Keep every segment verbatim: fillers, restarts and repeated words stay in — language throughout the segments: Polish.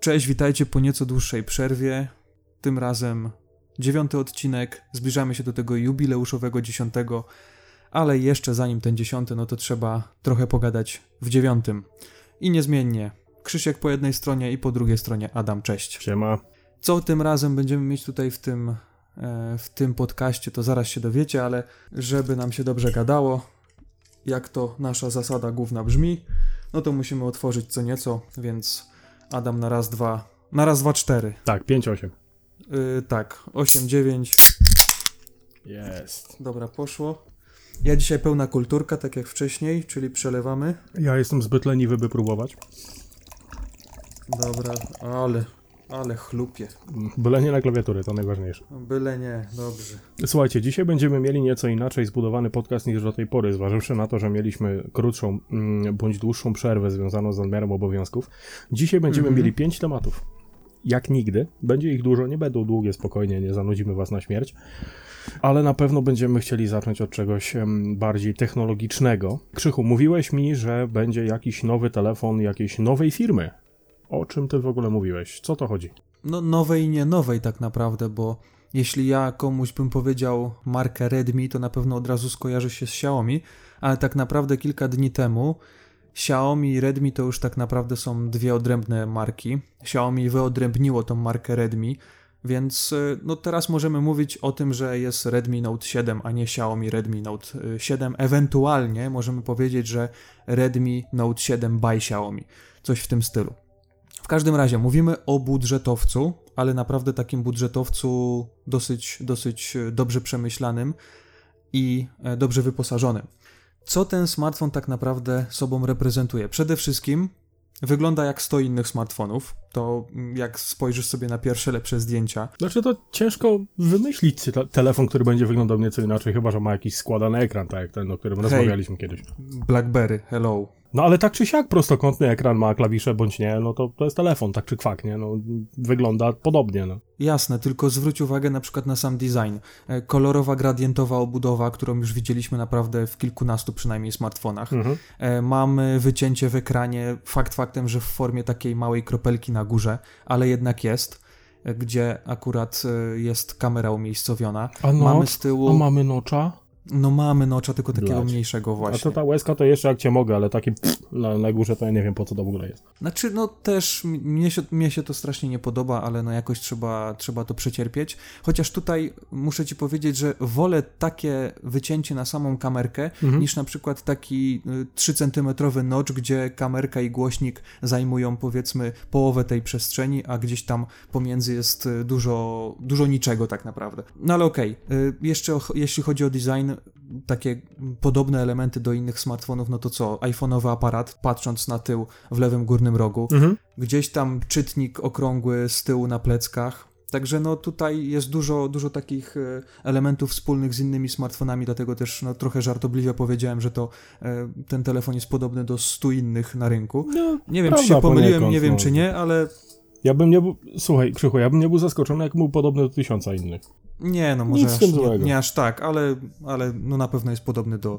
Cześć, witajcie po nieco dłuższej przerwie. Tym razem dziewiąty odcinek. Zbliżamy się do tego jubileuszowego dziesiątego, ale jeszcze zanim ten dziesiąty, no to trzeba trochę pogadać w dziewiątym. I niezmiennie Krzysiek po jednej stronie i po drugiej stronie Adam, cześć. Siema. Co tym razem będziemy mieć tutaj w tym, w tym podcaście, to zaraz się dowiecie, ale żeby nam się dobrze gadało, jak to nasza zasada główna brzmi, no to musimy otworzyć co nieco, więc Adam na raz, dwa, na raz, dwa, cztery. Tak, pięć, osiem. Yy, tak, osiem, dziewięć. Jest. Dobra, poszło. Ja dzisiaj pełna kulturka, tak jak wcześniej, czyli przelewamy. Ja jestem zbyt leniwy, by próbować. Dobra, ale, ale chlupie. Byle nie na klawiatury, to najważniejsze. Byle nie, dobrze. Słuchajcie, dzisiaj będziemy mieli nieco inaczej zbudowany podcast niż do tej pory, zważywszy na to, że mieliśmy krótszą mm, bądź dłuższą przerwę związaną z nadmiarem obowiązków. Dzisiaj będziemy mm-hmm. mieli pięć tematów. Jak nigdy. Będzie ich dużo, nie będą długie, spokojnie, nie zanudzimy was na śmierć. Ale na pewno będziemy chcieli zacząć od czegoś um, bardziej technologicznego. Krzychu, mówiłeś mi, że będzie jakiś nowy telefon jakiejś nowej firmy. O czym ty w ogóle mówiłeś? Co to chodzi? No nowej i nie nowej tak naprawdę, bo jeśli ja komuś bym powiedział markę Redmi, to na pewno od razu skojarzy się z Xiaomi, ale tak naprawdę kilka dni temu Xiaomi i Redmi to już tak naprawdę są dwie odrębne marki. Xiaomi wyodrębniło tą markę Redmi, więc no teraz możemy mówić o tym, że jest Redmi Note siedem, a nie Xiaomi Redmi Note siedem. Ewentualnie możemy powiedzieć, że Redmi Note siedem by Xiaomi. Coś w tym stylu. W każdym razie mówimy o budżetowcu, ale naprawdę takim budżetowcu dosyć, dosyć dobrze przemyślanym i dobrze wyposażonym. Co ten smartfon tak naprawdę sobą reprezentuje? Przede wszystkim wygląda jak sto innych smartfonów. To jak spojrzysz sobie na pierwsze lepsze zdjęcia. Znaczy to ciężko wymyślić te- telefon, który będzie wyglądał nieco inaczej, chyba że ma jakiś składany ekran, tak jak ten, o którym hey, rozmawialiśmy kiedyś. BlackBerry, hello. No ale tak czy siak prostokątny ekran ma klawisze bądź nie, no to to jest telefon, tak czy kwak, nie? No wygląda podobnie, no. Jasne, tylko zwróć uwagę na przykład na sam design. Kolorowa, gradientowa obudowa, którą już widzieliśmy naprawdę w kilkunastu przynajmniej smartfonach. Mhm. Mamy wycięcie w ekranie, fakt faktem, że w formie takiej małej kropelki na górze, ale jednak jest, gdzie akurat jest kamera umiejscowiona. A mamy nocz? z tyłu... A mamy nocza? No mamy nocza, tylko takiego Blać. mniejszego właśnie. A to ta łezka to jeszcze jak cię mogę, ale taki pff, na, na górze to ja nie wiem po co to w ogóle jest. Znaczy no też mnie się, mnie się to strasznie nie podoba, ale no jakoś trzeba, trzeba to przecierpieć. Chociaż tutaj muszę ci powiedzieć, że wolę takie wycięcie na samą kamerkę, mhm. niż na przykład taki trzy centymetrowy notch, gdzie kamerka i głośnik zajmują powiedzmy połowę tej przestrzeni, a gdzieś tam pomiędzy jest dużo, dużo niczego tak naprawdę. No ale okej, okay. Jeszcze o, jeśli chodzi o design, takie podobne elementy do innych smartfonów, no to co? iPhone'owy aparat, patrząc na tył w lewym górnym rogu. Mhm. Gdzieś tam czytnik okrągły z tyłu na pleckach. Także no tutaj jest dużo, dużo takich elementów wspólnych z innymi smartfonami, dlatego też no, trochę żartobliwie powiedziałem, że to e, ten telefon jest podobny do stu innych na rynku. No, nie wiem, czy się pomyliłem, poniekąd, nie wiem, no. czy nie, ale... Ja bym nie był... Słuchaj, Krzychu, ja bym nie był zaskoczony, jak był podobny do tysiąca innych. Nie, no może aż, nie, nie aż tak, ale, ale no na pewno jest podobny do,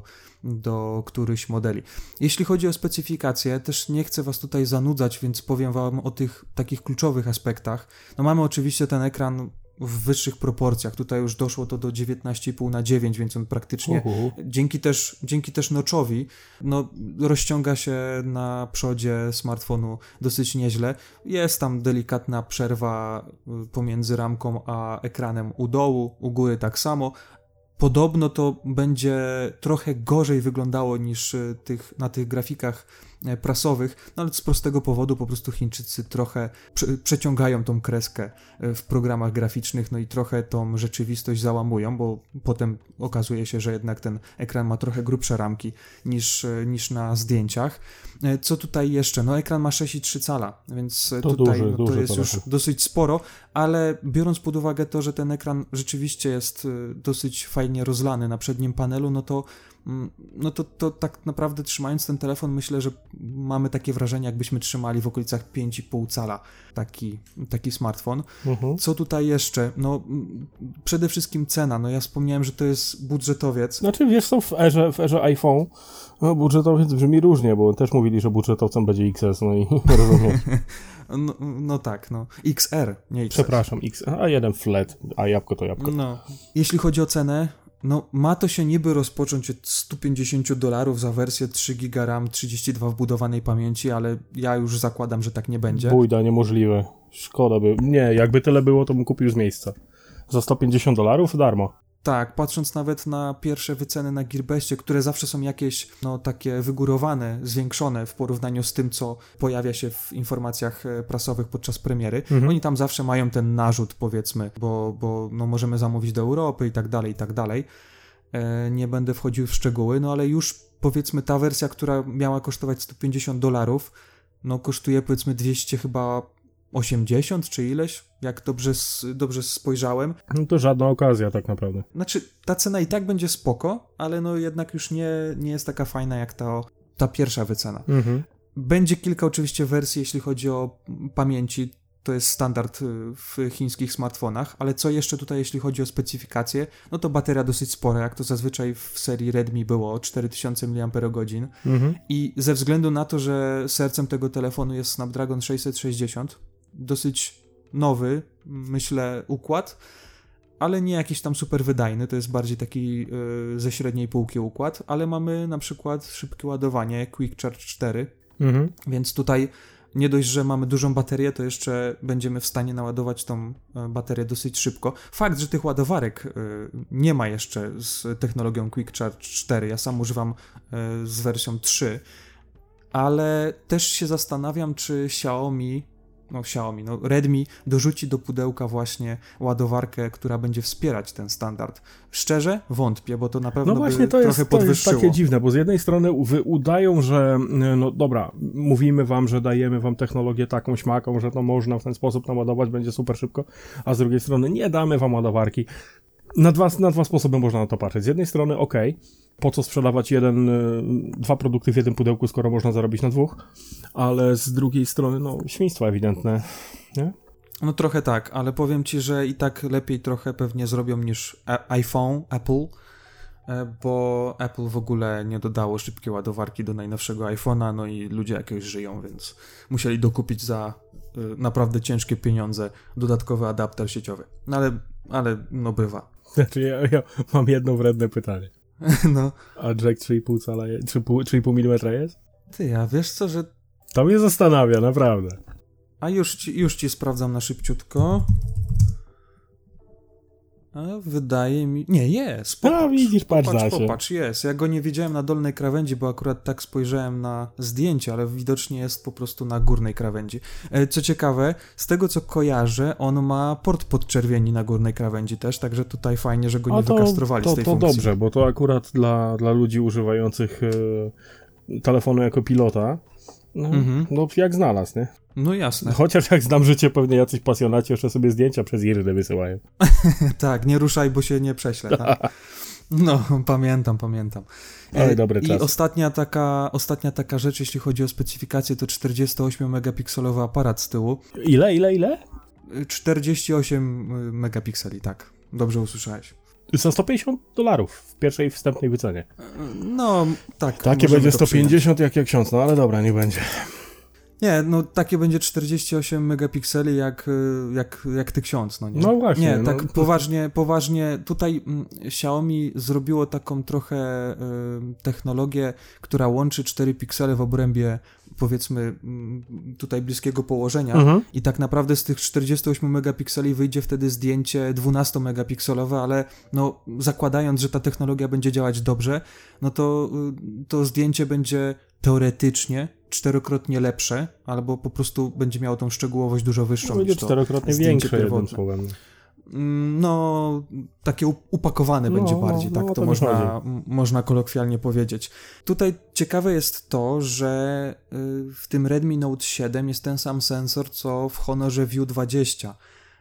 do którychś modeli. Jeśli chodzi o specyfikację, też nie chcę was tutaj zanudzać, więc powiem wam o tych takich kluczowych aspektach. No mamy oczywiście ten ekran w wyższych proporcjach. Tutaj już doszło to do dziewiętnaście i pół na dziewięć, więc on praktycznie uh-huh. dzięki też, dzięki też notchowi no, rozciąga się na przodzie smartfonu dosyć nieźle. Jest tam delikatna przerwa pomiędzy ramką a ekranem u dołu, u góry tak samo. Podobno to będzie trochę gorzej wyglądało niż tych, na tych grafikach prasowych, no ale z prostego powodu po prostu Chińczycy trochę prze- przeciągają tą kreskę w programach graficznych, no i trochę tą rzeczywistość załamują, bo potem okazuje się, że jednak ten ekran ma trochę grubsze ramki niż, niż na zdjęciach. Co tutaj jeszcze? No ekran ma sześć i trzy cala, więc to tutaj duży, no, to duży jest telefon. Już dosyć sporo, ale biorąc pod uwagę to, że ten ekran rzeczywiście jest dosyć fajnie rozlany na przednim panelu, no to no to, to tak naprawdę trzymając ten telefon, myślę, że mamy takie wrażenie, jakbyśmy trzymali w okolicach pięć i pół cala taki, taki smartfon. Uh-huh. Co tutaj jeszcze? No przede wszystkim cena. No ja wspomniałem, że to jest budżetowiec. Znaczy wiesz co, w erze, w erze iPhone no, budżetowiec brzmi różnie, bo też mówili, że budżetowcem będzie X S, no i rozumiem. No, no tak, no. X R, nie X S. Przepraszam, X R, a jeden flat, a jabłko to jabłko. No. Jeśli chodzi o cenę, no ma to się niby rozpocząć od sto pięćdziesiąt dolarów za wersję trzy giga RAM, trzydzieści dwa wbudowanej pamięci, ale ja już zakładam, że tak nie będzie. Bójda, niemożliwe. Szkoda by. Nie, jakby tyle było, to bym kupił z miejsca. Za sto pięćdziesiąt dolarów darmo. Tak, patrząc nawet na pierwsze wyceny na Gearbestie, które zawsze są jakieś, no, takie wygórowane, zwiększone w porównaniu z tym, co pojawia się w informacjach prasowych podczas premiery. Mhm. Oni tam zawsze mają ten narzut, powiedzmy, bo, bo no, możemy zamówić do Europy i tak dalej, i tak dalej. E, nie będę wchodził w szczegóły, no ale już powiedzmy ta wersja, która miała kosztować sto pięćdziesiąt dolarów, no kosztuje powiedzmy dwieście chyba osiemdziesiąt czy ileś, jak dobrze, dobrze spojrzałem. No to żadna okazja tak naprawdę. Znaczy, ta cena i tak będzie spoko, ale no jednak już nie, nie jest taka fajna jak ta, ta pierwsza wycena. Mhm. Będzie kilka oczywiście wersji, jeśli chodzi o pamięci, to jest standard w chińskich smartfonach, ale co jeszcze tutaj, jeśli chodzi o specyfikację, no to bateria dosyć spora, jak to zazwyczaj w serii Redmi było, cztery tysiące miliampergodzin. Mhm. I ze względu na to, że sercem tego telefonu jest Snapdragon sześćset sześćdziesiąt, dosyć nowy, myślę, układ, ale nie jakiś tam super wydajny, to jest bardziej taki yy, ze średniej półki układ, ale mamy na przykład szybkie ładowanie, Quick Charge cztery, mhm. więc tutaj nie dość, że mamy dużą baterię, to jeszcze będziemy w stanie naładować tą baterię dosyć szybko. Fakt, że tych ładowarek yy, nie ma jeszcze z technologią Quick Charge cztery, ja sam używam yy, z wersją trzy, ale też się zastanawiam, czy Xiaomi no Xiaomi, no Redmi dorzuci do pudełka właśnie ładowarkę, która będzie wspierać ten standard. Szczerze wątpię, bo to na pewno no właśnie, by to trochę jest, podwyższyło. To jest takie dziwne, bo z jednej strony wy udają, że no dobra, mówimy wam, że dajemy wam technologię taką śmaką, że to można w ten sposób naładować, będzie super szybko, a z drugiej strony nie damy wam ładowarki. Na dwa, na dwa sposoby można na to patrzeć. Z jednej strony okej, okay, po co sprzedawać jeden, dwa produkty w jednym pudełku, skoro można zarobić na dwóch, ale z drugiej strony, no, świństwo ewidentne, nie? No trochę tak, ale powiem ci, że i tak lepiej trochę pewnie zrobią niż iPhone, Apple, bo Apple w ogóle nie dodało szybkiej ładowarki do najnowszego iPhone'a, no i ludzie jakoś żyją, więc musieli dokupić za naprawdę ciężkie pieniądze dodatkowy adapter sieciowy. No ale, ale no bywa. Znaczy ja, ja mam jedno wredne pytanie. No. A jack trzy i pół cala, trzy i pół milimetra jest? Ty, a wiesz co, że... To mnie zastanawia, naprawdę. A już ci, już ci sprawdzam na szybciutko. A wydaje mi... Nie, jest. Popatrz, no widzisz, patrz popatrz, na się. Popatrz, jest. Ja go nie widziałem na dolnej krawędzi, bo akurat tak spojrzałem na zdjęcie, ale widocznie jest po prostu na górnej krawędzi. Co ciekawe, z tego co kojarzę, on ma port podczerwieni na górnej krawędzi też, także tutaj fajnie, że go nie to, wykastrowali to, z tej to funkcji. To dobrze, bo to akurat dla, dla ludzi używających e, telefonu jako pilota, no, mhm. no jak znalazł, nie? No jasne. Chociaż jak znam życie, pewnie jacyś pasjonaci jeszcze sobie zdjęcia przez Irynę wysyłają. Tak, nie ruszaj, bo się nie prześlę. Tak? No, pamiętam, pamiętam. Oj, dobry czas. I ostatnia taka, ostatnia taka rzecz, jeśli chodzi o specyfikację, to czterdziestoośmiomegapikselowy aparat z tyłu. Ile, ile, ile? czterdzieści osiem megapikseli, tak. Dobrze usłyszałeś. Za sto pięćdziesiąt dolarów w pierwszej wstępnej wycenie. No, tak. Takie będzie sto pięćdziesiąt jak, jak ksiądz, no ale dobra, nie będzie. Nie, no takie będzie czterdzieści osiem megapikseli jak, jak, jak ty ksiądz, no nie? No właśnie. Nie, no, tak to... poważnie, poważnie, tutaj mm, Xiaomi zrobiło taką trochę y, technologię, która łączy cztery piksele w obrębie, powiedzmy, y, tutaj bliskiego położenia mhm. i tak naprawdę z tych czterdzieści osiem megapikseli wyjdzie wtedy zdjęcie dwunastomegapikselowe, ale no zakładając, że ta technologia będzie działać dobrze, no to y, to zdjęcie będzie teoretycznie czterokrotnie lepsze, albo po prostu będzie miało tą szczegółowość dużo wyższą. No, będzie czterokrotnie większe, jednym słowem. No, takie upakowane no, będzie bardziej, no, tak no, to, to można, można kolokwialnie powiedzieć. Tutaj ciekawe jest to, że w tym Redmi Note siedem jest ten sam sensor, co w Honorze View dwadzieścia.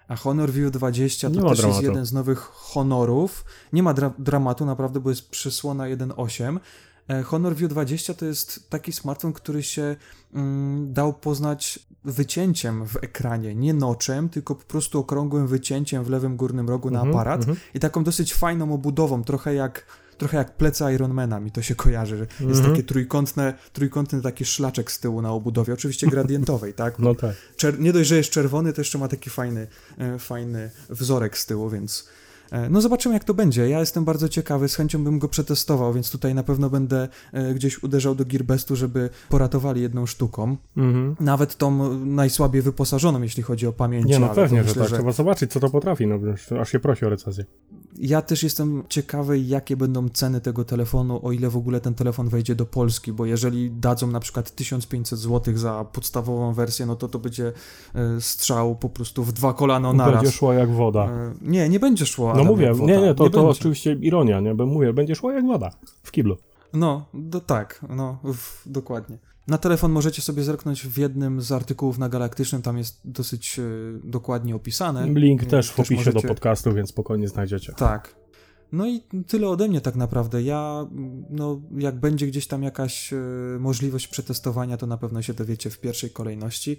A Honor View dwadzieścia to nie też jest jeden z nowych Honorów. Nie ma dra- dramatu naprawdę, bo jest przysłona jeden osiem. Honor View dwadzieścia to jest taki smartfon, który się mm, dał poznać wycięciem w ekranie, nie noczem, tylko po prostu okrągłym wycięciem w lewym górnym rogu na mm-hmm, aparat mm-hmm. i taką dosyć fajną obudową, trochę jak, trochę jak plecy Ironmana, mi to się kojarzy, że mm-hmm. jest takie trójkątne, trójkątny taki szlaczek z tyłu na obudowie, oczywiście gradientowej, tak? No tak. Czer- nie dość, że jest czerwony, to jeszcze ma taki fajny, e, fajny wzorek z tyłu, więc no zobaczymy, jak to będzie. Ja jestem bardzo ciekawy, z chęcią bym go przetestował, więc tutaj na pewno będę e, gdzieś uderzał do Gearbestu, żeby poratowali jedną sztuką. Mm-hmm. Nawet tą najsłabiej wyposażoną, jeśli chodzi o pamięć. Nie, no pewnie, myślę, że tak. Że... Trzeba zobaczyć, co to potrafi, no aż się prosi o recenzję. Ja też jestem ciekawy, jakie będą ceny tego telefonu, o ile w ogóle ten telefon wejdzie do Polski, bo jeżeli dadzą na przykład tysiąc pięćset złotych za podstawową wersję, no to to będzie e, strzał po prostu w dwa kolano naraz. Będzie szło jak woda. E, nie, nie będzie szło. No mówię, nie, nie, to, nie to oczywiście ironia, nie, bo mówię, będzie szło jak woda w kiblu. No, do, tak, no, w, dokładnie. Na telefon możecie sobie zerknąć w jednym z artykułów na Galaktycznym, tam jest dosyć e, dokładnie opisane. Link też w też opisie możecie... do podcastu, więc spokojnie znajdziecie. Tak. No i tyle ode mnie tak naprawdę. Ja, no, jak będzie gdzieś tam jakaś e, możliwość przetestowania, to na pewno się dowiecie w pierwszej kolejności.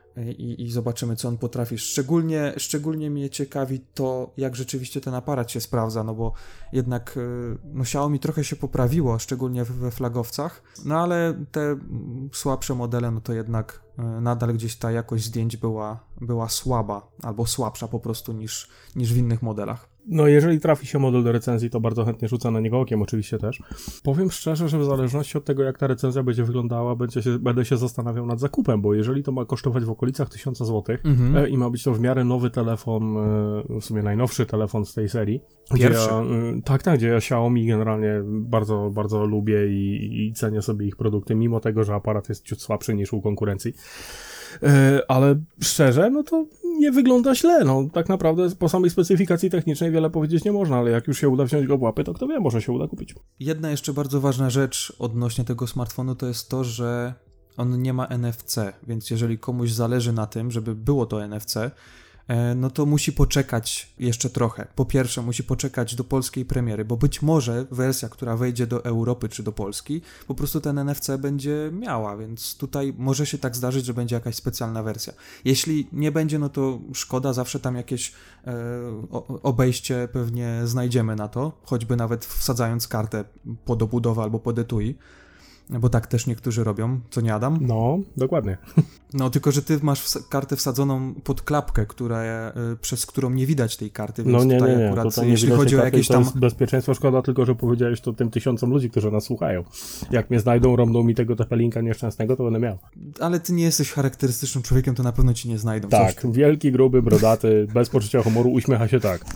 I, i zobaczymy, co on potrafi. Szczególnie, szczególnie mnie ciekawi to, jak rzeczywiście ten aparat się sprawdza, no bo jednak no Xiaomi trochę się poprawiło, szczególnie we flagowcach, no ale te słabsze modele, no to jednak nadal gdzieś ta jakość zdjęć była, była słaba, albo słabsza po prostu niż, niż w innych modelach. No jeżeli trafi się model do recenzji, to bardzo chętnie rzucę na niego okiem oczywiście też. Powiem szczerze, że w zależności od tego, jak ta recenzja będzie wyglądała, będzie się, będę się zastanawiał nad zakupem, bo jeżeli to ma kosztować w okolicach tysiąca złotych mm-hmm. e, i ma być to w miarę nowy telefon, e, w sumie najnowszy telefon z tej serii. Pierwszy. Ja, e, tak, tak, gdzie ja Xiaomi generalnie bardzo, bardzo lubię i, i cenię sobie ich produkty, mimo tego, że aparat jest ciut słabszy niż u konkurencji. Ale szczerze, no to nie wygląda źle, no tak naprawdę po samej specyfikacji technicznej wiele powiedzieć nie można, ale jak już się uda wziąć go w łapy, to kto wie, może się uda kupić. Jedna jeszcze bardzo ważna rzecz odnośnie tego smartfonu to jest to, że on nie ma N F C, więc jeżeli komuś zależy na tym, żeby było to N F C, no to musi poczekać jeszcze trochę. Po pierwsze, musi poczekać do polskiej premiery, bo być może wersja, która wejdzie do Europy czy do Polski, po prostu ten N F C będzie miała, więc tutaj może się tak zdarzyć, że będzie jakaś specjalna wersja. Jeśli nie będzie, no to szkoda, zawsze tam jakieś e, obejście pewnie znajdziemy na to, choćby nawet wsadzając kartę pod obudowę albo pod etui. Bo tak też niektórzy robią, co nie Adam? No, dokładnie. No, tylko że ty masz ws- kartę wsadzoną pod klapkę, która, y, przez którą nie widać tej karty, więc no, nie, tutaj nie, nie. akurat, to to jeśli chodzi o jakieś to tam... jest bezpieczeństwo, szkoda tylko, że powiedziałeś to tym tysiącom ludzi, którzy nas słuchają. Jak mnie znajdą, rąbną mi tego tepelinka nieszczęsnego, to będę miał. Ale ty nie jesteś charakterystycznym człowiekiem, to na pewno ci nie znajdą. Tak, Coś... wielki, gruby, brodaty, bez poczucia humoru, uśmiecha się tak.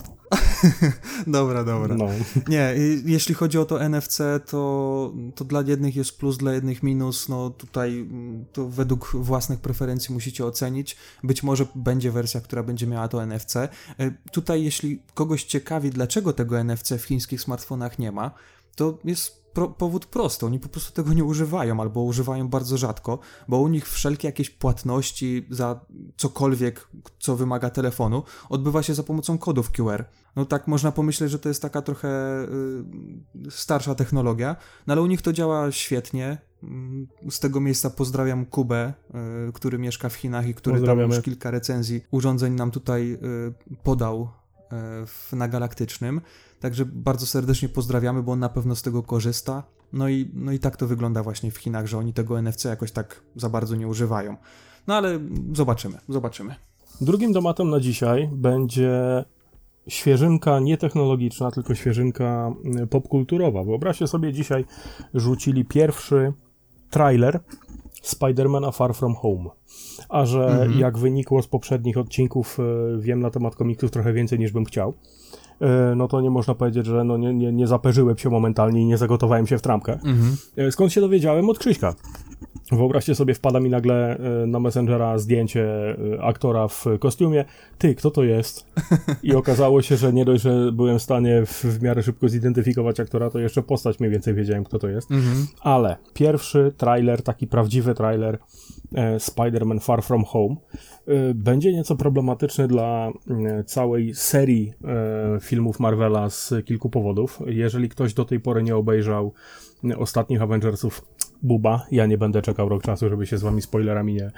Dobra, dobra. No. Nie, jeśli chodzi o to N F C, to, to dla jednych jest plus, dla jednych minus. No tutaj to według własnych preferencji musicie ocenić. Być może będzie wersja, która będzie miała to N F C. Tutaj jeśli kogoś ciekawi, dlaczego tego N F C w chińskich smartfonach nie ma, to jest pro, powód prosty. Oni po prostu tego nie używają albo używają bardzo rzadko, bo u nich wszelkie jakieś płatności za cokolwiek, co wymaga telefonu, odbywa się za pomocą kodów Q R. No tak można pomyśleć, że to jest taka trochę y, starsza technologia, no ale u nich to działa świetnie. Z tego miejsca pozdrawiam Kubę, y, który mieszka w Chinach i który tam już kilka recenzji urządzeń nam tutaj y, podał y, w, na Galaktycznym. Także bardzo serdecznie pozdrawiamy, bo on na pewno z tego korzysta. No i, no i tak to wygląda właśnie w Chinach, że oni tego N F C jakoś tak za bardzo nie używają. No ale zobaczymy, zobaczymy. Drugim tematem na dzisiaj będzie świeżynka nie technologiczna, tylko świeżynka popkulturowa. Wyobraźcie sobie, dzisiaj rzucili pierwszy trailer Spider-Mana Far From Home. A że mhm. jak wynikło z poprzednich odcinków, wiem na temat komiksów trochę więcej niż bym chciał, no to nie można powiedzieć, że no nie, nie, nie zaperzyłem się momentalnie i nie zagotowałem się w trampkę. Mhm. Skąd się dowiedziałem? Od Krzyśka. Wyobraźcie sobie, wpada mi nagle na Messengera zdjęcie aktora w kostiumie. Ty, kto to jest? I okazało się, że nie dość, że byłem w stanie w, w miarę szybko zidentyfikować aktora, to jeszcze postać mniej więcej wiedziałem, kto to jest. Mhm. Ale pierwszy trailer, taki prawdziwy trailer e, Spider-Man Far From Home e, będzie nieco problematyczny dla e, całej serii e, filmów Marvela z kilku powodów. Jeżeli ktoś do tej pory nie obejrzał e, ostatnich Avengersów, buba, ja nie będę czekał rok czasu, żeby się z wami spoilerami nie,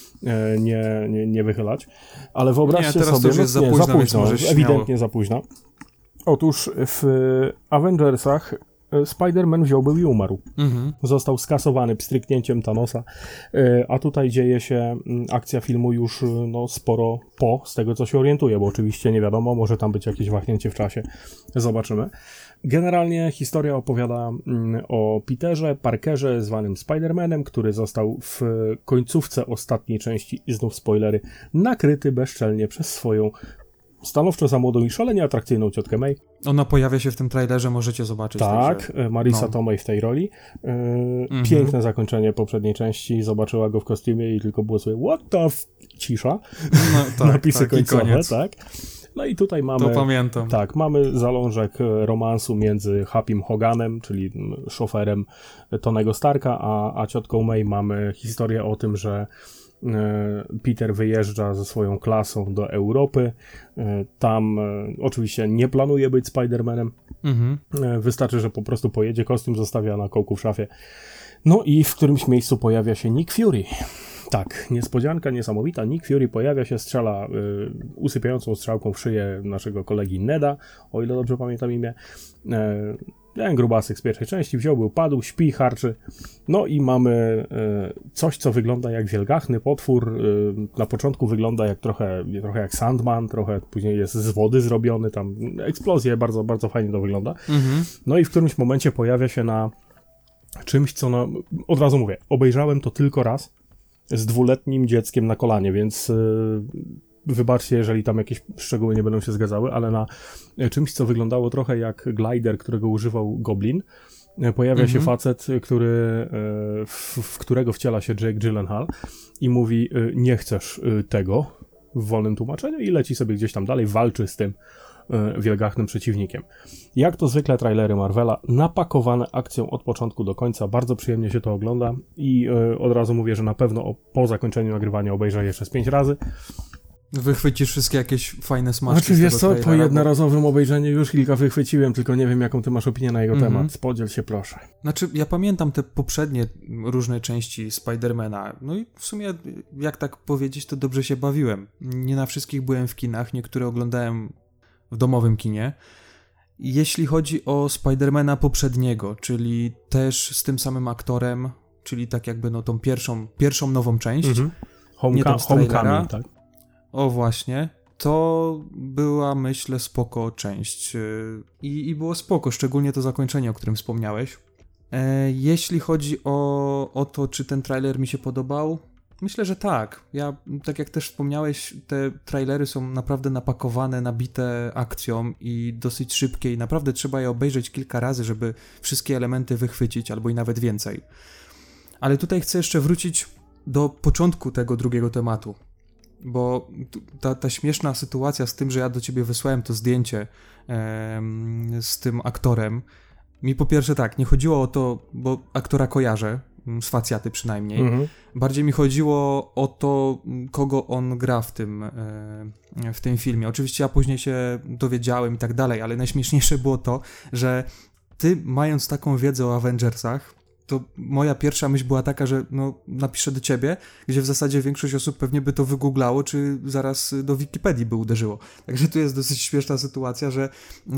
nie, nie, nie wychylać, ale wyobraźcie nie, sobie, to już jest no, nie, za późno, za późno ewidentnie za późno. Otóż w Avengersach Spider-Man wziął był i umarł. Mhm. Został skasowany pstryknięciem Thanosa, a tutaj dzieje się akcja filmu już no, sporo po, z tego co się orientuję, bo oczywiście nie wiadomo, może tam być jakieś wahnięcie w czasie. Zobaczymy. Generalnie historia opowiada o Peterze Parkerze, zwanym Spider-Manem, który został w końcówce ostatniej części, i znów spoilery, nakryty bezczelnie przez swoją stanowczo za młodą i szalenie atrakcyjną ciotkę May. Ona pojawia się w tym trailerze, możecie zobaczyć. Tak, także... Marisa no. Tomei w tej roli. Yy, mm-hmm. Piękne zakończenie poprzedniej części, zobaczyła go w kostiumie i tylko było sobie what the f... cisza. No, tak, napisy tak, końcowe, tak. No i tutaj mamy... To pamiętam. Tak, mamy zalążek romansu między Happym Hoganem, czyli szoferem Tonego Starka, a, a ciotką May. Mamy historię o tym, że Peter wyjeżdża ze swoją klasą do Europy. Tam oczywiście nie planuje być Spider-Manem. Mhm. Wystarczy, że po prostu pojedzie, kostium zostawia na kołku w szafie. No i w którymś miejscu pojawia się Nick Fury. Tak, niespodzianka niesamowita. Nick Fury pojawia się, strzela y, usypiającą strzałką w szyję naszego kolegi Neda, o ile dobrze pamiętam imię. E, ten grubasek z pierwszej części wziął, był, padł, śpi, harczy. No i mamy y, coś, co wygląda jak wielgachny potwór. Y, na początku wygląda jak trochę, trochę jak Sandman, trochę później jest z wody zrobiony, tam eksplozje, bardzo, bardzo fajnie to wygląda. Mhm. No i w którymś momencie pojawia się na czymś, co no, od razu mówię, obejrzałem to tylko raz z dwuletnim dzieckiem na kolanie, więc yy, wybaczcie, jeżeli tam jakieś szczegóły nie będą się zgadzały, ale na czymś, co wyglądało trochę jak glider, którego używał Goblin, pojawia mhm. się facet, który, yy, w, w którego wciela się Jake Gyllenhaal i mówi, yy, nie chcesz yy, tego w wolnym tłumaczeniu i leci sobie gdzieś tam dalej, walczy z tym wielgachnym przeciwnikiem. Jak to zwykle trailery Marvela, napakowane akcją od początku do końca, bardzo przyjemnie się to ogląda i yy, od razu mówię, że na pewno o, po zakończeniu nagrywania obejrzę jeszcze z pięć razy. Wychwycisz wszystkie jakieś fajne smaczki. Znaczy wiesz co, po jednorazowym obejrzeniu już kilka wychwyciłem, tylko nie wiem jaką ty masz opinię na jego mm-hmm. temat. Podziel się proszę. Znaczy ja pamiętam te poprzednie różne części Spidermana, no i w sumie jak tak powiedzieć, to dobrze się bawiłem. Nie na wszystkich byłem w kinach, niektóre oglądałem w domowym kinie. Jeśli chodzi o Spidermana poprzedniego, czyli też z tym samym aktorem, czyli tak jakby no tą pierwszą, pierwszą nową część, mm-hmm. Homecom- nie tą z trailera, tak. O właśnie, to była myślę spoko część I, i było spoko, szczególnie to zakończenie, o którym wspomniałeś. E, jeśli chodzi o, o to, czy ten trailer mi się podobał, myślę, że tak. Ja, tak jak też wspomniałeś, te trailery są naprawdę napakowane, nabite akcją i dosyć szybkie i naprawdę trzeba je obejrzeć kilka razy, żeby wszystkie elementy wychwycić, albo i nawet więcej. Ale tutaj chcę jeszcze wrócić do początku tego drugiego tematu, bo ta, ta śmieszna sytuacja z tym, że ja do ciebie wysłałem to zdjęcie em, z tym aktorem, mi po pierwsze tak, nie chodziło o to, bo aktora kojarzę, z Facjaty przynajmniej. Mhm. Bardziej mi chodziło o to, kogo on gra w tym, w tym filmie. Oczywiście ja później się dowiedziałem i tak dalej, ale najśmieszniejsze było to, że ty, mając taką wiedzę o Avengersach, to moja pierwsza myśl była taka, że no, napiszę do ciebie, gdzie w zasadzie większość osób pewnie by to wygooglało, czy zaraz do Wikipedii by uderzyło. Także tu jest dosyć śmieszna sytuacja, że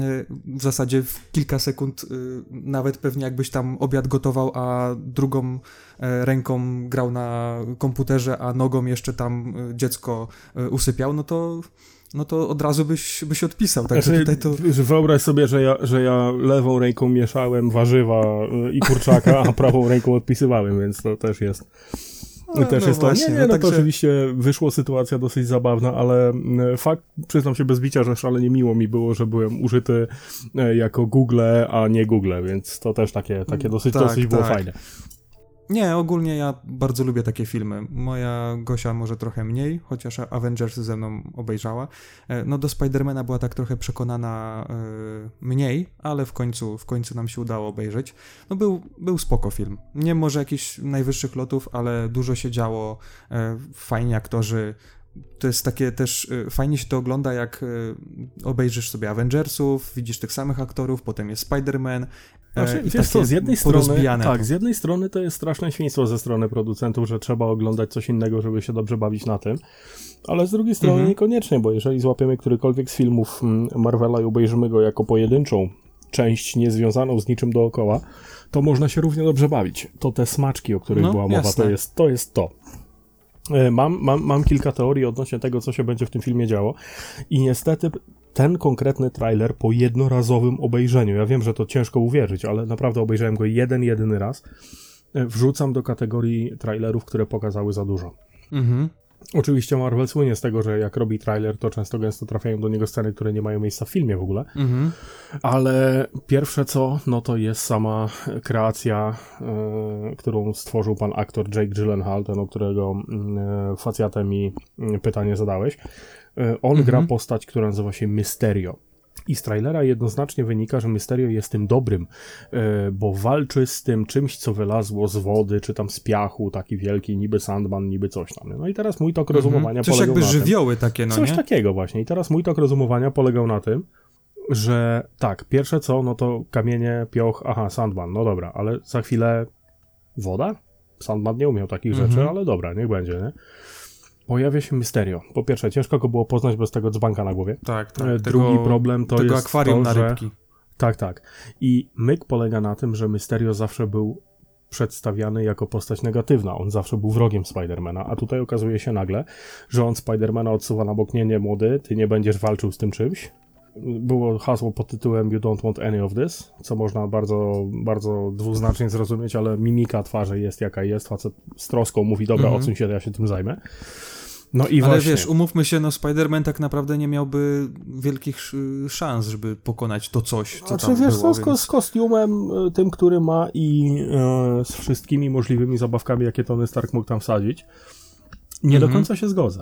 w zasadzie w kilka sekund, nawet pewnie jakbyś tam obiad gotował, a drugą ręką grał na komputerze, a nogą jeszcze tam dziecko usypiał, no to no to od razu byś, byś odpisał. Także znaczy, tutaj to... Wyobraź sobie, że ja, że ja lewą ręką mieszałem warzywa i kurczaka, a prawą ręką odpisywałem, więc to też jest... No, też no jest właśnie, to. Nie, nie, no, no także... to oczywiście wyszło sytuacja dosyć zabawna, ale fakt, przyznam się bez bicia, że szalenie miło mi było, że byłem użyty jako Google, a nie Google, więc to też takie, takie dosyć, tak, dosyć było tak. fajne. Nie, ogólnie ja bardzo lubię takie filmy. Moja Gosia może trochę mniej, chociaż Avengers ze mną obejrzała. No do Spidermana była tak trochę przekonana yy, mniej, ale w końcu, w końcu nam się udało obejrzeć. No był, był spoko film. Nie może jakichś najwyższych lotów, ale dużo się działo, yy, fajni aktorzy. To jest takie też, y, fajnie się to ogląda, jak y, obejrzysz sobie Avengersów, widzisz tych samych aktorów, potem jest Spider-Man. Znaczy, wiesz co, z jednej strony, tak, z jednej strony to jest straszne świństwo ze strony producentów, że trzeba oglądać coś innego, żeby się dobrze bawić na tym, ale z drugiej strony mhm. niekoniecznie, bo jeżeli złapiemy którykolwiek z filmów Marvela i obejrzymy go jako pojedynczą część niezwiązaną z niczym dookoła, to można się równie dobrze bawić. To te smaczki, o których no, była mowa, to jest, to jest to. Mam, mam, mam kilka teorii odnośnie tego, co się będzie w tym filmie działo i niestety ten konkretny trailer po jednorazowym obejrzeniu, ja wiem, że to ciężko uwierzyć, ale naprawdę obejrzałem go jeden, jedyny raz, wrzucam do kategorii trailerów, które pokazały za dużo. Mhm. Oczywiście Marvel słynie z tego, że jak robi trailer, to często gęsto trafiają do niego sceny, które nie mają miejsca w filmie w ogóle, mhm. ale pierwsze co, no to jest sama kreacja, y, którą stworzył pan aktor Jake Gyllenhaal, ten, o którego y, facjatem mi y, pytanie zadałeś. Y, on mhm. gra postać, która nazywa się Mysterio. I z trailera jednoznacznie wynika, że Mysterio jest tym dobrym, yy, bo walczy z tym czymś, co wylazło z wody, czy tam z piachu, taki wielki, niby Sandman, niby coś tam. No i teraz mój tok rozumowania mm-hmm. polegał na jakby żywioły tym, takie, no coś nie? takiego właśnie. I teraz mój tok rozumowania polegał na tym, że tak, pierwsze co, no to kamienie, pioch, aha, Sandman, no dobra, ale za chwilę woda? Sandman nie umiał takich mm-hmm. rzeczy, ale dobra, niech będzie, nie? Pojawia się Mysterio. Po pierwsze, ciężko go było poznać bez tego dzbanka na głowie. Tak, tak. Drugi tego, problem to tego jest akwarium to, na że... rybki. Tak, tak. I myk polega na tym, że Mysterio zawsze był przedstawiany jako postać negatywna. On zawsze był wrogiem Spidermana, a tutaj okazuje się nagle, że on Spidermana odsuwa na bok, nie, nie, młody, ty nie będziesz walczył z tym czymś. Było hasło pod tytułem You don't want any of this, co można bardzo, bardzo dwuznacznie zrozumieć, ale mimika twarzy jest jaka jest. Facet z troską mówi, dobra, mhm. odsuń się, ja się tym zajmę. No i ale właśnie... wiesz, umówmy się, no Spider-Man tak naprawdę nie miałby wielkich szans, żeby pokonać to coś, co znaczy, tam wiesz, było. Co, więc... z kostiumem, tym, który ma i e, z wszystkimi możliwymi zabawkami, jakie Tony Stark mógł tam wsadzić, nie mhm. do końca się zgodzę.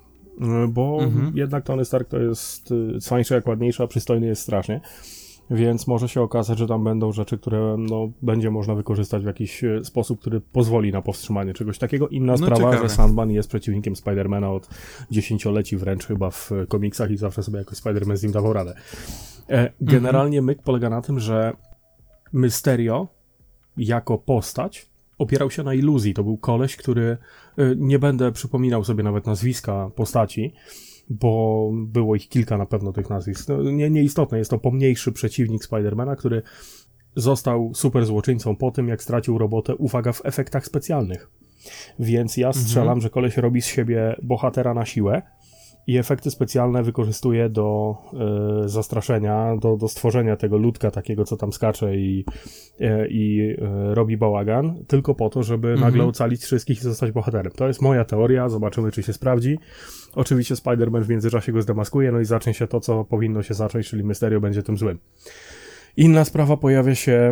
Bo mhm. jednak Tony Stark to jest cwańszy jak ładniejszy, a przystojny jest strasznie. Więc może się okazać, że tam będą rzeczy, które no, będzie można wykorzystać w jakiś sposób, który pozwoli na powstrzymanie czegoś takiego. Inna no, sprawa, ciekawe. że Sandman jest przeciwnikiem Spidermana od dziesięcioleci wręcz chyba w komiksach i zawsze sobie jakoś Spiderman z nim dawał radę. Generalnie mm-hmm. myk polega na tym, że Mysterio jako postać opierał się na iluzji. To był koleś, który nie będę przypominał sobie nawet nazwiska postaci, bo było ich kilka na pewno tych nazwisk. No, nie, nieistotne, jest to pomniejszy przeciwnik Spidermana, który został super złoczyńcą po tym, jak stracił robotę, uwaga, w efektach specjalnych. Więc ja strzelam, mhm. że koleś robi z siebie bohatera na siłę i efekty specjalne wykorzystuje do y, zastraszenia, do, do stworzenia tego ludka takiego, co tam skacze i, y, i y, robi bałagan, tylko po to, żeby mhm. nagle ocalić wszystkich i zostać bohaterem. To jest moja teoria, zobaczymy, czy się sprawdzi. Oczywiście Spider-Man w międzyczasie go zdemaskuje, no i zacznie się to, co powinno się zacząć, czyli Mysterio będzie tym złym. Inna sprawa, pojawia się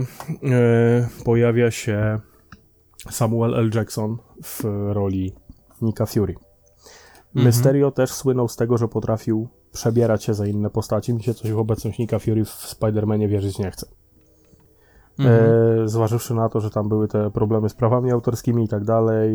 y, pojawia się Samuel L. Jackson w roli Nicka Fury. Mysterio mhm. też słynął z tego, że potrafił przebierać się za inne postaci. Mi się coś w obecność Nicka Fury w Spider-Manie wierzyć nie chce. Mhm. E, zważywszy na to, że tam były te problemy z prawami autorskimi i tak dalej.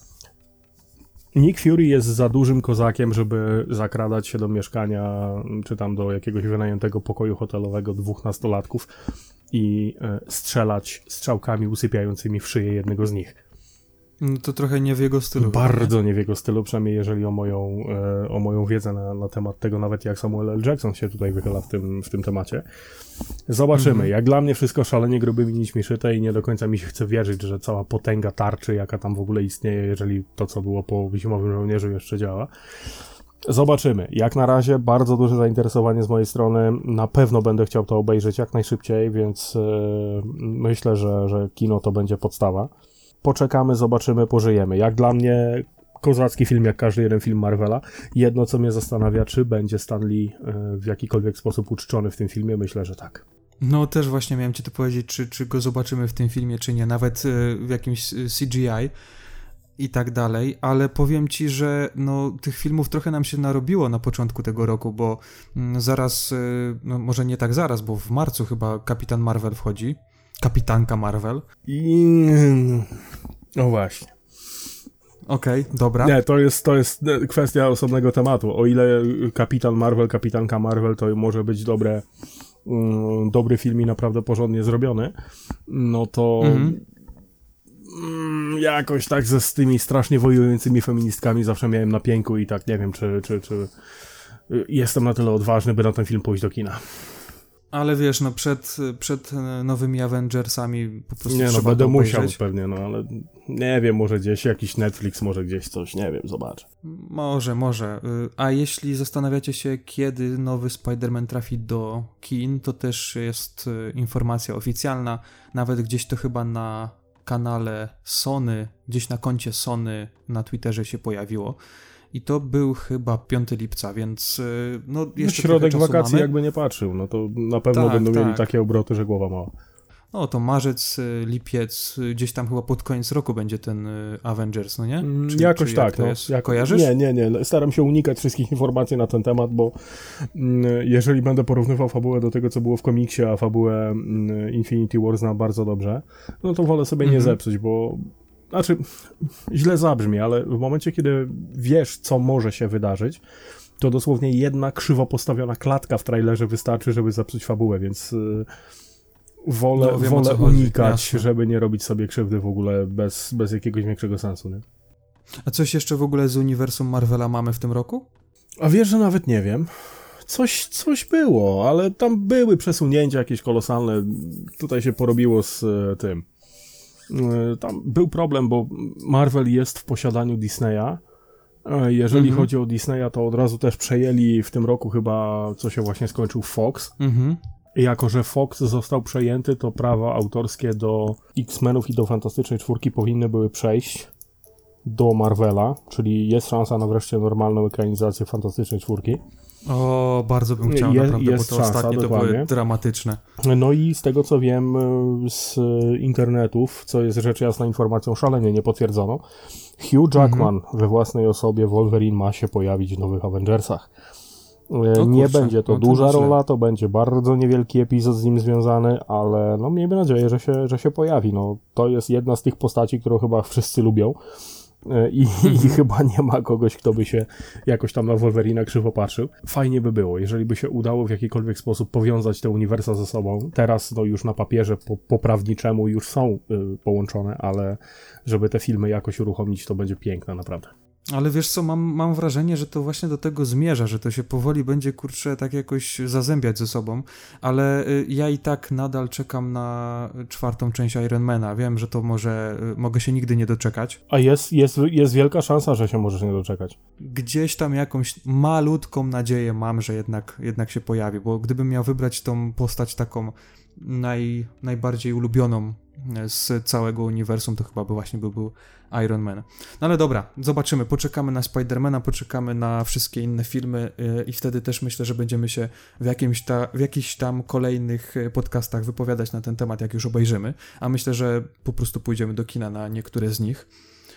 Nick Fury jest za dużym kozakiem, żeby zakradać się do mieszkania, czy tam do jakiegoś wynajętego pokoju hotelowego dwóch nastolatków i e, strzelać strzałkami usypiającymi w szyję jednego z nich. No to trochę nie w jego stylu. Bardzo nie? nie w jego stylu, przynajmniej jeżeli o moją, e, o moją wiedzę na, na temat tego, nawet jak Samuel L. Jackson się tutaj wychyla w tym, w tym temacie. Zobaczymy. Mm-hmm. Jak dla mnie wszystko szalenie grubymi nićmi szyte i nie do końca mi się chce wierzyć, że cała potęga tarczy, jaka tam w ogóle istnieje, jeżeli to, co było po Zimowym Żołnierzu jeszcze działa. Zobaczymy. Jak na razie bardzo duże zainteresowanie z mojej strony. Na pewno będę chciał to obejrzeć jak najszybciej, więc e, myślę, że, że kino to będzie podstawa. Poczekamy, zobaczymy, pożyjemy. Jak dla mnie kozacki film, jak każdy jeden film Marvela. Jedno, co mnie zastanawia, czy będzie Stan Lee w jakikolwiek sposób uczczony w tym filmie, myślę, że tak. No też właśnie miałem ci to powiedzieć, czy, czy go zobaczymy w tym filmie, czy nie, nawet w jakimś C G I i tak dalej, ale powiem ci, że no, tych filmów trochę nam się narobiło na początku tego roku, bo mm, zaraz, no może nie tak zaraz, bo w marcu chyba Kapitan Marvel wchodzi, Kapitanka Marvel. I... no właśnie. Okej, okay, dobra. Nie, to jest, to jest kwestia osobnego tematu. O ile Kapitan Marvel, Kapitanka Marvel to może być dobre, um, dobry film i naprawdę porządnie zrobiony, no to mhm. um, jakoś tak ze z tymi strasznie wojującymi feministkami zawsze miałem na pięku i tak nie wiem, czy, czy, czy jestem na tyle odważny, by na ten film pójść do kina. Ale wiesz, no przed, przed nowymi Avengersami po prostu nie, trzeba no będę musiał obejrzeć. pewnie, no ale nie wiem, może gdzieś jakiś Netflix, może gdzieś coś, nie wiem, zobaczę. Może, może. A jeśli zastanawiacie się, kiedy nowy Spider-Man trafi do kin, to też jest informacja oficjalna, nawet gdzieś to chyba na kanale Sony, gdzieś na koncie Sony na Twitterze się pojawiło. I to był chyba piątego lipca, więc no jeszcze no, środek wakacji mamy. Jakby nie patrzył, no to na pewno tak, będą tak. mieli takie obroty, że głowa mała. No to marzec, lipiec, gdzieś tam chyba pod koniec roku będzie ten Avengers, no nie? Czy, Jakoś czy tak. Jak to no, jest? Jak, Kojarzysz? Nie, nie, nie. Staram się unikać wszystkich informacji na ten temat, bo mm, jeżeli będę porównywał fabułę do tego, co było w komiksie, a fabułę mm, Infinity War znam bardzo dobrze, no to wolę sobie mhm. nie zepsuć, bo znaczy, źle zabrzmi, ale w momencie, kiedy wiesz, co może się wydarzyć, to dosłownie jedna krzywo postawiona klatka w trailerze wystarczy, żeby zepsuć fabułę, więc yy, wolę, no, wiem, wolę unikać, jasne. Żeby nie robić sobie krzywdy w ogóle bez, bez jakiegoś większego sensu, nie? A coś jeszcze w ogóle z uniwersum Marvela mamy w tym roku? A wiesz, że nawet nie wiem. Coś, coś było, ale tam były przesunięcia jakieś kolosalne. Tutaj się porobiło z y, tym. Tam był problem, bo Marvel jest w posiadaniu Disneya. Jeżeli mhm. chodzi o Disneya, to od razu też przejęli w tym roku chyba, co się właśnie skończył, Fox. Mhm. I jako, że Fox został przejęty, to prawa autorskie do X-Menów i do Fantastycznej Czwórki powinny były przejść do Marvela, czyli jest szansa na wreszcie normalną ekranizację Fantastycznej Czwórki. O, bardzo bym chciał, jest, naprawdę, jest bo to szansa, ostatnie dokładnie. To były dramatyczne. No i z tego, co wiem z internetów, co jest rzecz jasna informacją szalenie niepotwierdzoną, Hugh Jackman mm-hmm. we własnej osobie Wolverine ma się pojawić w nowych Avengersach. No nie kurczę, będzie to no duża to rola, to będzie bardzo niewielki epizod z nim związany, ale no miejmy nadzieję, że się, że się pojawi. No, to jest jedna z tych postaci, którą chyba wszyscy lubią. I, i chyba nie ma kogoś, kto by się jakoś tam na Wolverina krzywo patrzył. Fajnie by było, jeżeli by się udało w jakikolwiek sposób powiązać te uniwersa ze sobą. Teraz no już na papierze po, po prawniczemu już są y, połączone, ale żeby te filmy jakoś uruchomić, to będzie piękne naprawdę. Ale wiesz co, mam, mam wrażenie, że to właśnie do tego zmierza, że to się powoli będzie, kurczę, tak jakoś zazębiać ze sobą, ale y, ja i tak nadal czekam na czwartą część Ironmana. Wiem, że to może, y, mogę się nigdy nie doczekać. A jest, jest, jest wielka szansa, że się możesz nie doczekać. Gdzieś tam jakąś malutką nadzieję mam, że jednak, jednak się pojawi, bo gdybym miał wybrać tą postać taką naj, najbardziej ulubioną z całego uniwersum, to chyba by właśnie był, był Iron Man. No ale dobra, zobaczymy, poczekamy na Spidermana, poczekamy na wszystkie inne filmy yy, i wtedy też myślę, że będziemy się w, jakimś ta, w jakichś tam kolejnych podcastach wypowiadać na ten temat, jak już obejrzymy, a myślę, że po prostu pójdziemy do kina na niektóre z nich,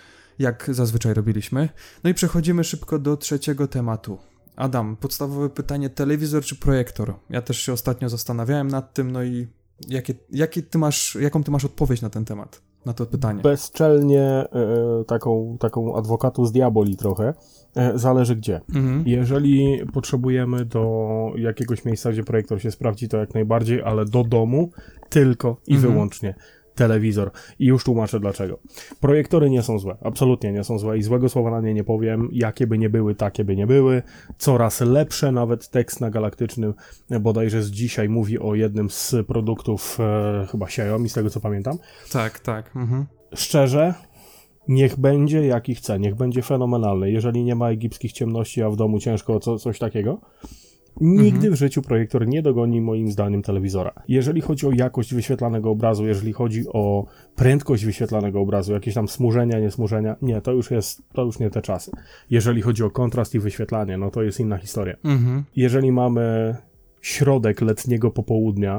jak zazwyczaj robiliśmy. No i przechodzimy szybko do trzeciego tematu. Adam, podstawowe pytanie, telewizor czy projektor? Ja też się ostatnio zastanawiałem nad tym, no i jakie, jakie ty masz, jaką ty masz odpowiedź na ten temat, na to pytanie? Bezczelnie e, taką, taką advocatus diaboli trochę, e, zależy gdzie. Mhm. Jeżeli potrzebujemy do jakiegoś miejsca, gdzie projektor się sprawdzi, to jak najbardziej, ale do domu tylko i mhm. wyłącznie telewizor. I już tłumaczę dlaczego. Projektory nie są złe. Absolutnie nie są złe i złego słowa na nie nie powiem. Jakie by nie były, takie by nie były. Coraz lepsze. Nawet tekst na Galaktycznym bodajże z dzisiaj mówi o jednym z produktów e, chyba Xiaomi, z tego co pamiętam. Tak, tak. Mhm. Szczerze, niech będzie jaki chce. Niech będzie fenomenalny. Jeżeli nie ma egipskich ciemności, a w domu ciężko o co, coś takiego, nigdy mhm. w życiu projektor nie dogoni moim zdaniem telewizora. Jeżeli chodzi o jakość wyświetlanego obrazu, jeżeli chodzi o prędkość wyświetlanego obrazu, jakieś tam smużenia, niesmużenia, nie, to już jest, to już nie te czasy. Jeżeli chodzi o kontrast i wyświetlanie, no to jest inna historia. Mhm. Jeżeli mamy środek letniego popołudnia,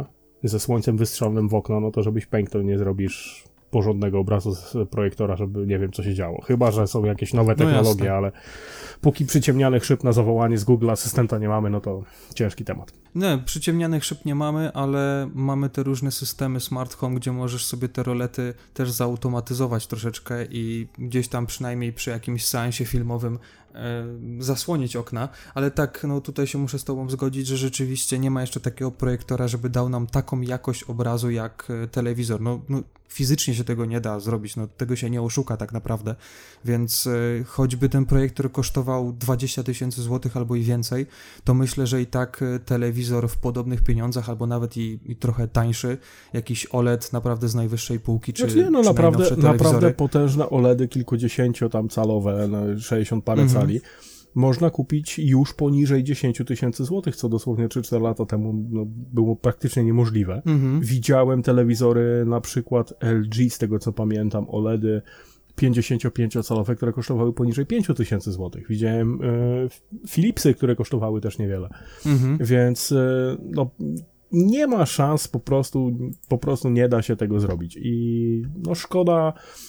ze słońcem wystrzelonym w okno, no to żebyś pęknął, nie zrobisz porządnego obrazu z projektora, żeby nie wiem, co się działo. Chyba że są jakieś nowe technologie, no ale póki przyciemnianych szyb na zawołanie z Google Asystenta nie mamy, no to ciężki temat. Nie, przyciemnianych szyb nie mamy, ale mamy te różne systemy smart home, gdzie możesz sobie te rolety też zautomatyzować troszeczkę i gdzieś tam przynajmniej przy jakimś seansie filmowym e, zasłonić okna, ale tak, no tutaj się muszę z tobą zgodzić, że rzeczywiście nie ma jeszcze takiego projektora, żeby dał nam taką jakość obrazu jak telewizor. No, no fizycznie się tego nie da zrobić, no tego się nie oszuka tak naprawdę, więc e, choćby ten projektor kosztował dwadzieścia tysięcy złotych albo i więcej, to myślę, że i tak telewizor w podobnych pieniącach, albo nawet i, i trochę tańszy, jakiś O L E D naprawdę z najwyższej półki, czy, znaczy nie, no czy naprawdę, naprawdę potężne OLEDy kilkudziesięcio tam calowe, no sześćdziesiąt parę mhm. cali, można kupić już poniżej dziesięć tysięcy złotych, co dosłownie trzy cztery lata temu no, było praktycznie niemożliwe. Mhm. Widziałem telewizory, na przykład L G, z tego co pamiętam, OLEDy pięćdziesięciopięciocalowe, które kosztowały poniżej pięć tysięcy złotych. Widziałem e, Philipsy, które kosztowały też niewiele. Mhm. Więc e, no, nie ma szans, po prostu, po prostu nie da się tego zrobić. I no szkoda,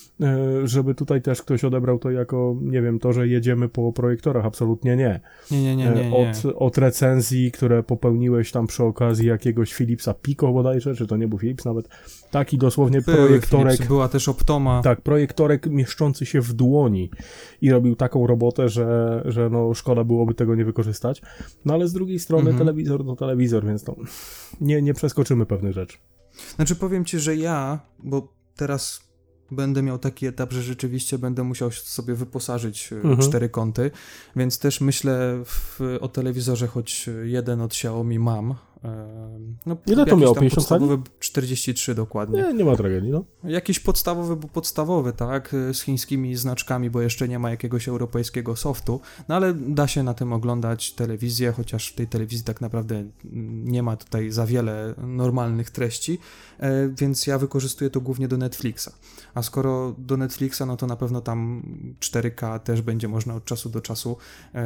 żeby tutaj też ktoś odebrał to jako, nie wiem, to, że jedziemy po projektorach, absolutnie nie. Nie, nie, nie, nie, nie. Od, od recenzji, które popełniłeś tam przy okazji jakiegoś Philipsa Pico bodajże, czy to nie był Philips nawet, taki dosłownie Były projektorek. Philips, była też Optoma. Tak, projektorek mieszczący się w dłoni i robił taką robotę, że, że no szkoda byłoby tego nie wykorzystać. No ale z drugiej strony mhm. telewizor to telewizor, więc to nie, nie przeskoczymy pewnych rzeczy. Znaczy powiem ci, że ja, bo teraz będę miał taki etap, że rzeczywiście będę musiał sobie wyposażyć mhm. cztery kąty, więc też myślę w, o telewizorze, choć jeden od Xiaomi mam. No, ile to miało? pięćdziesiąt podstawowy czterdzieści trzy dokładnie. Nie, nie ma tragedii, no. Jakiś podstawowy, bo podstawowy, tak, z chińskimi znaczkami, bo jeszcze nie ma jakiegoś europejskiego softu, no ale da się na tym oglądać telewizję, chociaż w tej telewizji tak naprawdę nie ma tutaj za wiele normalnych treści, więc ja wykorzystuję to głównie do Netflixa. A skoro do Netflixa, no to na pewno tam cztery K też będzie można od czasu do czasu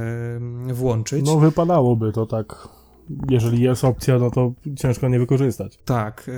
włączyć. No wypadałoby to tak. Jeżeli jest opcja, no to ciężko nie wykorzystać. Tak.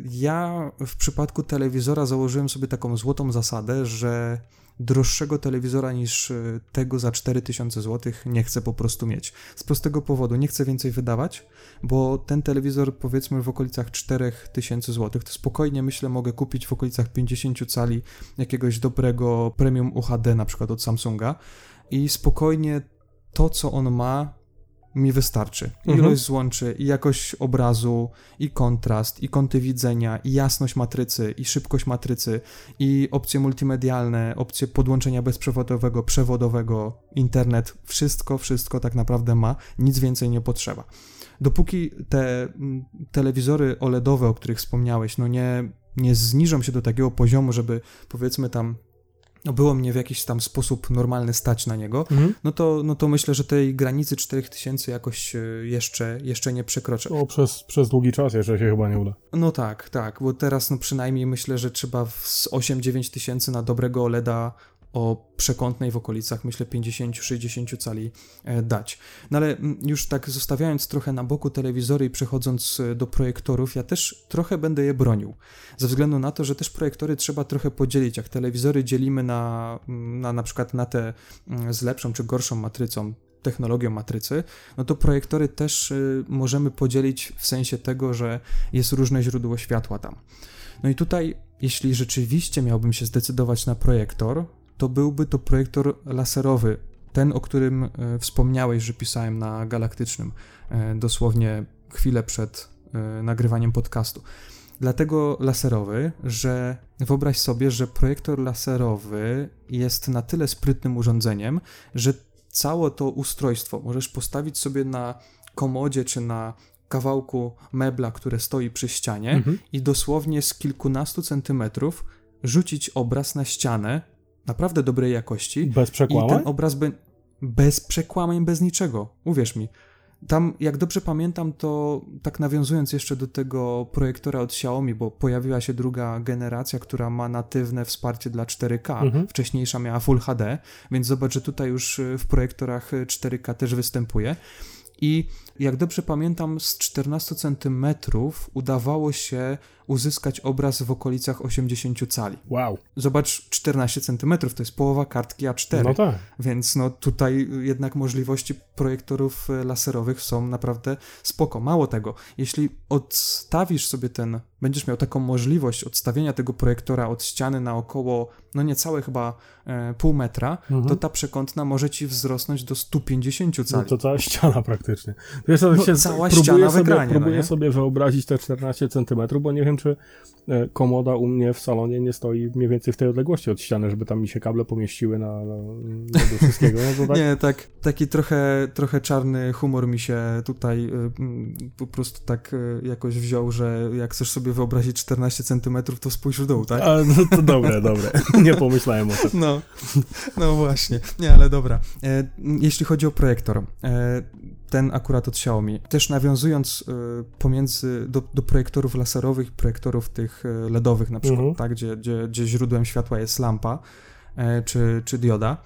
Ja w przypadku telewizora założyłem sobie taką złotą zasadę, że droższego telewizora niż tego za cztery tysiące złotych nie chcę po prostu mieć. Z prostego powodu, nie chcę więcej wydawać, bo ten telewizor powiedzmy w okolicach cztery tysiące złotych, to spokojnie myślę mogę kupić w okolicach pięćdziesiąt cali jakiegoś dobrego premium U H D na przykład od Samsunga i spokojnie to, co on ma, mi wystarczy. Ilość mhm. złączy, i jakość obrazu, i kontrast, i kąty widzenia, i jasność matrycy, i szybkość matrycy, i opcje multimedialne, opcje podłączenia bezprzewodowego, przewodowego, internet, wszystko, wszystko tak naprawdę ma, nic więcej nie potrzeba. Dopóki te telewizory O L E D owe, o których wspomniałeś, no nie, nie zniżą się do takiego poziomu, żeby powiedzmy tam no było mnie w jakiś tam sposób normalny stać na niego, mhm. no, to, no to myślę, że tej granicy cztery tysiące jakoś jeszcze, jeszcze nie przekroczę. O, przez, przez długi czas jeszcze się chyba nie uda. No tak, tak, bo teraz no przynajmniej myślę, że trzeba z osiem dziewięć tysięcy na dobrego OLEDa o przekątnej w okolicach, myślę, pięćdziesiąt sześćdziesiąt cali e, dać. No ale już tak zostawiając trochę na boku telewizory i przechodząc do projektorów, ja też trochę będę je bronił. Ze względu na to, że też projektory trzeba trochę podzielić. Jak telewizory dzielimy na, na, na przykład na te z lepszą czy gorszą matrycą, technologią matrycy, no to projektory też y, możemy podzielić w sensie tego, że jest różne źródło światła tam. No i tutaj, jeśli rzeczywiście miałbym się zdecydować na projektor, to byłby to projektor laserowy, ten, o którym e, wspomniałeś, że pisałem na Galaktycznym, e, dosłownie chwilę przed e, nagrywaniem podcastu. Dlatego laserowy, że wyobraź sobie, że projektor laserowy jest na tyle sprytnym urządzeniem, że całe to ustrojstwo możesz postawić sobie na komodzie czy na kawałku mebla, które stoi przy ścianie mhm. i dosłownie z kilkunastu centymetrów rzucić obraz na ścianę naprawdę dobrej jakości. Bez przekłamań? I ten obraz be... bez przekłamań, bez niczego. Uwierz mi. Tam, jak dobrze pamiętam, to tak nawiązując jeszcze do tego projektora od Xiaomi, bo pojawiła się druga generacja, która ma natywne wsparcie dla cztery K. Mhm. Wcześniejsza miała Full H D, więc zobacz, że tutaj już w projektorach cztery K też występuje. I jak dobrze pamiętam, z czternastu centymetrów udawało się uzyskać obraz w okolicach osiemdziesiąt cali. Wow. Zobacz, czternaście centymetrów to jest połowa kartki A cztery. No tak. Więc no tutaj jednak możliwości projektorów laserowych są naprawdę spoko. Mało tego, jeśli odstawisz sobie ten, będziesz miał taką możliwość odstawienia tego projektora od ściany na około, no niecałe chyba e, pół metra, mhm. to ta przekątna może ci wzrosnąć do stu pięćdziesięciu cali. No to cała ściana praktycznie. Wiesz, no, się cała ściana w ekranie. Próbuję no sobie wyobrazić te czternaście centymetrów, bo nie wiem, czy komoda u mnie w salonie nie stoi mniej więcej w tej odległości od ściany, żeby tam mi się kable pomieściły na, na, na do wszystkiego. No to tak... Nie, tak, taki trochę, trochę czarny humor mi się tutaj y, po prostu tak y, jakoś wziął, że jak chcesz sobie wyobrazić czternaście centymetrów, to spójrz w dół, tak? A, no to dobre, dobre. Nie pomyślałem o tym. No, no właśnie. Nie, ale dobra. E, jeśli chodzi o projektor, e, ten akurat od Xiaomi, też nawiązując y, pomiędzy do, do projektorów laserowych, projektorów tych y, ledowych na przykład, mhm. tak, gdzie, gdzie, gdzie źródłem światła jest lampa e, czy, czy dioda,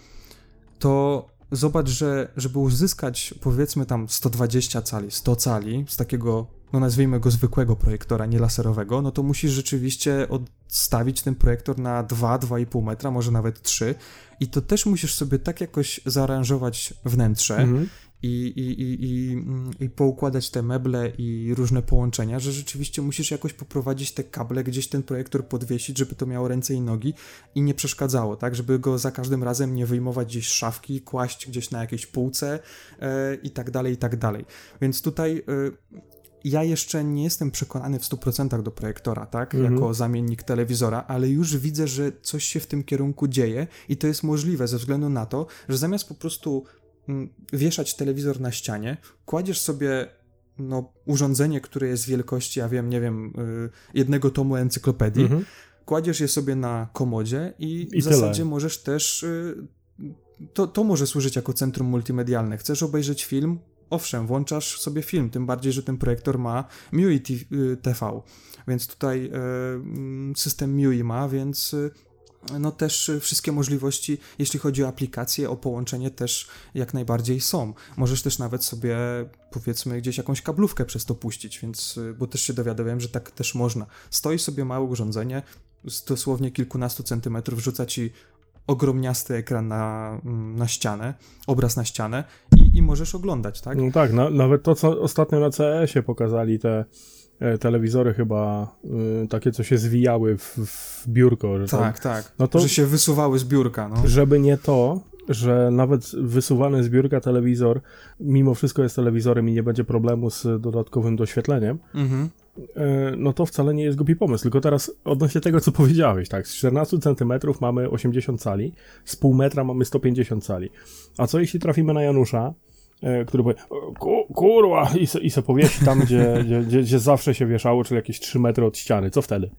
to zobacz, że żeby uzyskać powiedzmy tam sto dwadzieścia cali, sto cali z takiego, no nazwijmy go zwykłego projektora, nie laserowego, no to musisz rzeczywiście odstawić ten projektor na dwa, dwa i pół metra, może nawet trzy i to też musisz sobie tak jakoś zaaranżować wnętrze, mhm. I, i, i, i, i poukładać te meble i różne połączenia, że rzeczywiście musisz jakoś poprowadzić te kable, gdzieś ten projektor podwiesić, żeby to miało ręce i nogi i nie przeszkadzało, tak, żeby go za każdym razem nie wyjmować gdzieś z szafki, kłaść gdzieś na jakiejś półce e, i tak dalej, i tak dalej. Więc tutaj e, ja jeszcze nie jestem przekonany w stu procentach do projektora, tak, mhm. jako zamiennik telewizora, ale już widzę, że coś się w tym kierunku dzieje i to jest możliwe ze względu na to, że zamiast po prostu wieszać telewizor na ścianie, kładziesz sobie no, urządzenie, które jest wielkości, ja wiem, nie wiem, jednego tomu encyklopedii, mhm. kładziesz je sobie na komodzie i, I w zasadzie tyle. Możesz też, to, to może służyć jako centrum multimedialne. Chcesz obejrzeć film? Owszem, włączasz sobie film, tym bardziej, że ten projektor ma M U I T V, więc tutaj system M U I ma, więc no też wszystkie możliwości, jeśli chodzi o aplikacje, o połączenie też jak najbardziej są. Możesz też nawet sobie, powiedzmy, gdzieś jakąś kablówkę przez to puścić, więc, bo też się dowiadywałem, że tak też można. Stoi sobie małe urządzenie, z dosłownie kilkunastu centymetrów, rzuca ci ogromniasty ekran na, na ścianę, obraz na ścianę i, i możesz oglądać, tak? No tak, na, nawet to, co ostatnio na C E S ie pokazali, te telewizory chyba y, takie, co się zwijały w, w biurko. Że tak, tam, tak, no to, że się wysuwały z biurka. No. Żeby nie to, że nawet wysuwany z biurka telewizor mimo wszystko jest telewizorem i nie będzie problemu z dodatkowym doświetleniem, mhm. y, no to wcale nie jest głupi pomysł. Tylko teraz odnośnie tego, co powiedziałeś, tak, z czternastu centymetrów mamy osiemdziesiąt cali, z pół metra mamy sto pięćdziesiąt cali. A co jeśli trafimy na Janusza, który powie, Ku, kurwa, i se, i se powiesi tam, gdzie, gdzie, gdzie, gdzie zawsze się wieszało, czyli jakieś trzy metry od ściany. Co wtedy?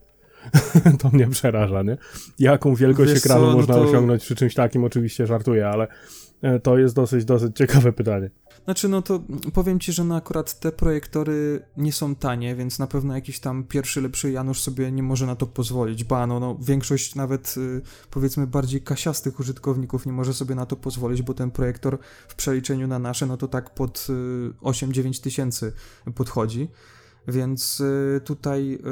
To mnie przeraża, nie? Jaką wielkość Wiesz ekranu co, można no to... osiągnąć przy czymś takim? Oczywiście żartuję, ale to jest dosyć, dosyć ciekawe pytanie. Znaczy, no to powiem ci, że no akurat te projektory nie są tanie, więc na pewno jakiś tam pierwszy, lepszy Janusz sobie nie może na to pozwolić. Ba, no, no większość nawet y, powiedzmy bardziej kasiastych użytkowników nie może sobie na to pozwolić, bo ten projektor w przeliczeniu na nasze, no to tak pod y, osiem dziewięć tysięcy podchodzi. Więc y, tutaj y,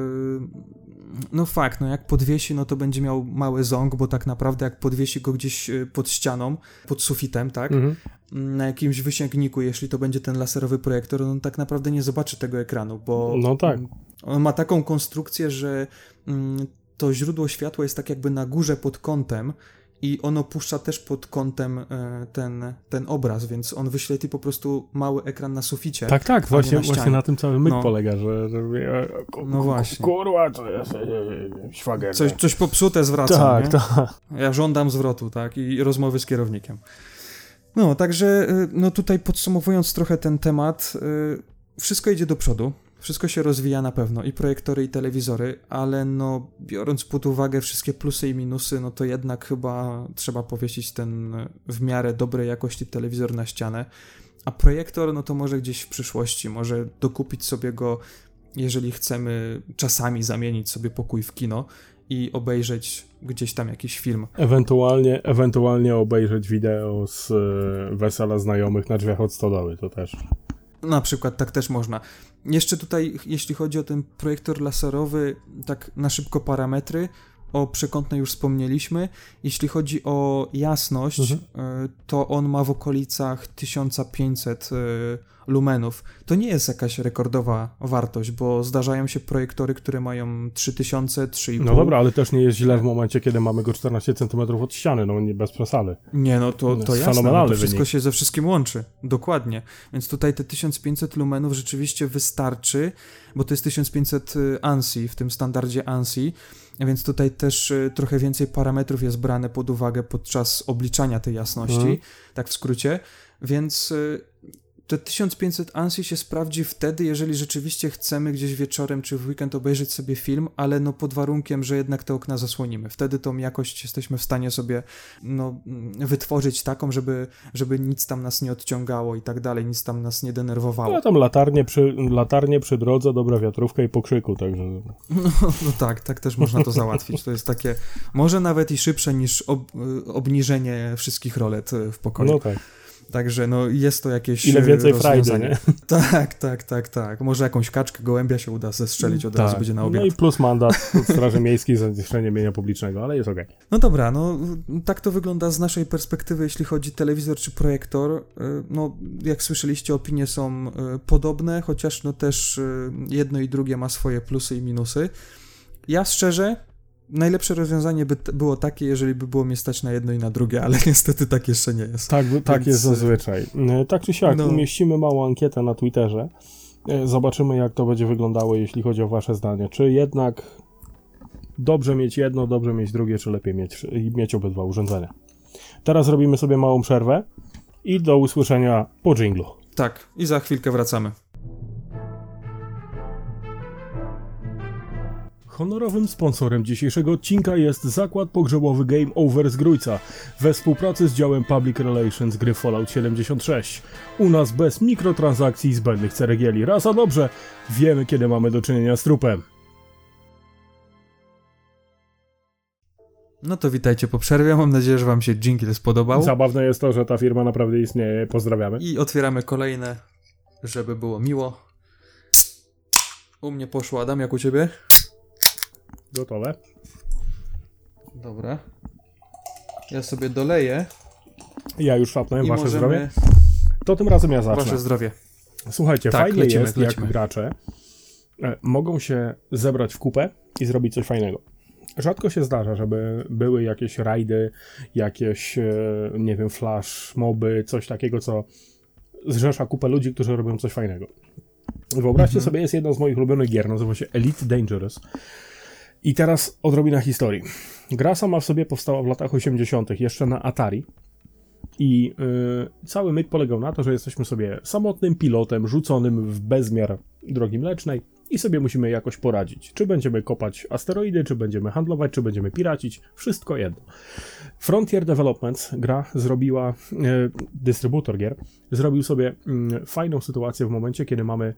no fakt, no jak podwiesi, no to będzie miał mały ząg, bo tak naprawdę jak podwiesi go gdzieś pod ścianą, pod sufitem, tak, mhm. na jakimś wysięgniku, jeśli to będzie ten laserowy projektor, no tak naprawdę nie zobaczy tego ekranu, bo no tak. on ma taką konstrukcję, że mm, to źródło światła jest tak jakby na górze pod kątem i ono puszcza też pod kątem ten, ten obraz, więc on wyświetli po prostu mały ekran na suficie. Tak, tak, właśnie na, właśnie na tym cały myk no. polega, że, że k- no właśnie. Kurwa, to jest szwagier. Coś, coś popsute zwracam, tak, nie? Tak, Ja żądam zwrotu, tak, i rozmowy z kierownikiem. No, także no tutaj podsumowując trochę ten temat, wszystko idzie do przodu. Wszystko się rozwija na pewno, i projektory, i telewizory, ale no biorąc pod uwagę wszystkie plusy i minusy, no to jednak chyba trzeba powiesić ten w miarę dobrej jakości telewizor na ścianę, a projektor, no to może gdzieś w przyszłości, może dokupić sobie go, jeżeli chcemy czasami zamienić sobie pokój w kino i obejrzeć gdzieś tam jakiś film. Ewentualnie, ewentualnie obejrzeć wideo z y, wesela znajomych na drzwiach od stodoły, to też... Na przykład tak też można. Jeszcze tutaj, jeśli chodzi o ten projektor laserowy, tak na szybko parametry, o przekątnej już wspomnieliśmy. Jeśli chodzi o jasność, mhm. to on ma w okolicach tysiąc pięćset lumenów. To nie jest jakaś rekordowa wartość, bo zdarzają się projektory, które mają trzy tysiące, trzy i pół. No dobra, ale też nie jest źle w momencie, kiedy mamy go czternaście centymetrów od ściany, no nie bez przesady. Nie, no to, to jasne, no to wszystko wynik. się ze wszystkim łączy. Dokładnie. Więc tutaj te tysiąc pięćset lumenów rzeczywiście wystarczy, bo to jest tysiąc pięćset ANSI, w tym standardzie ANSI, więc tutaj też trochę więcej parametrów jest brane pod uwagę podczas obliczania tej jasności, mhm. tak w skrócie, więc te tysiąc pięćset ANSI się sprawdzi wtedy, jeżeli rzeczywiście chcemy gdzieś wieczorem czy w weekend obejrzeć sobie film, ale no pod warunkiem, że jednak te okna zasłonimy. Wtedy tą jakość jesteśmy w stanie sobie no, wytworzyć taką, żeby, żeby nic tam nas nie odciągało i tak dalej, nic tam nas nie denerwowało. No tam latarnie przy, latarnie przy drodze, dobra wiatrówka i pokrzyku, także... No, no tak, tak też można to załatwić. To jest takie, może nawet i szybsze niż ob, obniżenie wszystkich rolet w pokoju. No tak. Także no jest to jakieś Ile więcej frajdy, nie? Tak, tak, tak, tak. Może jakąś kaczkę, gołębia się uda zestrzelić od tak. razu, będzie na obiad. No i plus mandat od Straży Miejskiej za zniszczenie mienia publicznego, ale jest okej. Okay. No dobra, no tak to wygląda z naszej perspektywy, jeśli chodzi telewizor czy projektor. No jak słyszeliście, opinie są podobne, chociaż no też jedno i drugie ma swoje plusy i minusy. Ja szczerze... Najlepsze rozwiązanie by t- było takie, jeżeli by było mnie stać na jedno i na drugie, ale niestety tak jeszcze nie jest. Tak, Więc... tak jest zazwyczaj. Tak czy siak, no. umieścimy małą ankietę na Twitterze. Zobaczymy, jak to będzie wyglądało, jeśli chodzi o wasze zdanie. Czy jednak dobrze mieć jedno, dobrze mieć drugie, czy lepiej mieć, mieć obydwa urządzenia. Teraz robimy sobie małą przerwę i do usłyszenia po dżinglu. Tak, i za chwilkę wracamy. Honorowym sponsorem dzisiejszego odcinka jest zakład pogrzebowy Game Over z Grójca we współpracy z działem Public Relations gry Fallout siedemdziesiąt sześć. U nas bez mikrotransakcji i zbędnych ceregieli. Raz a dobrze, wiemy kiedy mamy do czynienia z trupem. No to witajcie po przerwie, mam nadzieję, że wam się dżingiel spodobał. Zabawne jest to, że ta firma naprawdę istnieje, pozdrawiamy. I otwieramy kolejne, żeby było miło. U mnie poszło, Adam, jak u ciebie? Gotowe. Dobra. Ja sobie doleję. Ja już szapnę, wasze możemy... zdrowie. To tym razem ja zacznę. Wasze zdrowie. Słuchajcie, tak, fajnie lecimy, jest, lecimy. jak gracze e, mogą się zebrać w kupę i zrobić coś fajnego. Rzadko się zdarza, żeby były jakieś rajdy, jakieś, e, nie wiem, flash moby, coś takiego, co zrzesza kupę ludzi, którzy robią coś fajnego. Wyobraźcie mhm. sobie, jest jedno z moich ulubionych gier, nazywa się Elite Dangerous. I teraz odrobina historii. Gra sama w sobie powstała w latach osiemdziesiątych, jeszcze na Atari. I yy, cały myk polegał na to, że jesteśmy sobie samotnym pilotem rzuconym w bezmiar drogi mlecznej i sobie musimy jakoś poradzić. Czy będziemy kopać asteroidy, czy będziemy handlować, czy będziemy piracić. Wszystko jedno. Frontier Developments, gra zrobiła, yy, dystrybutor gier, zrobił sobie yy, fajną sytuację w momencie, kiedy mamy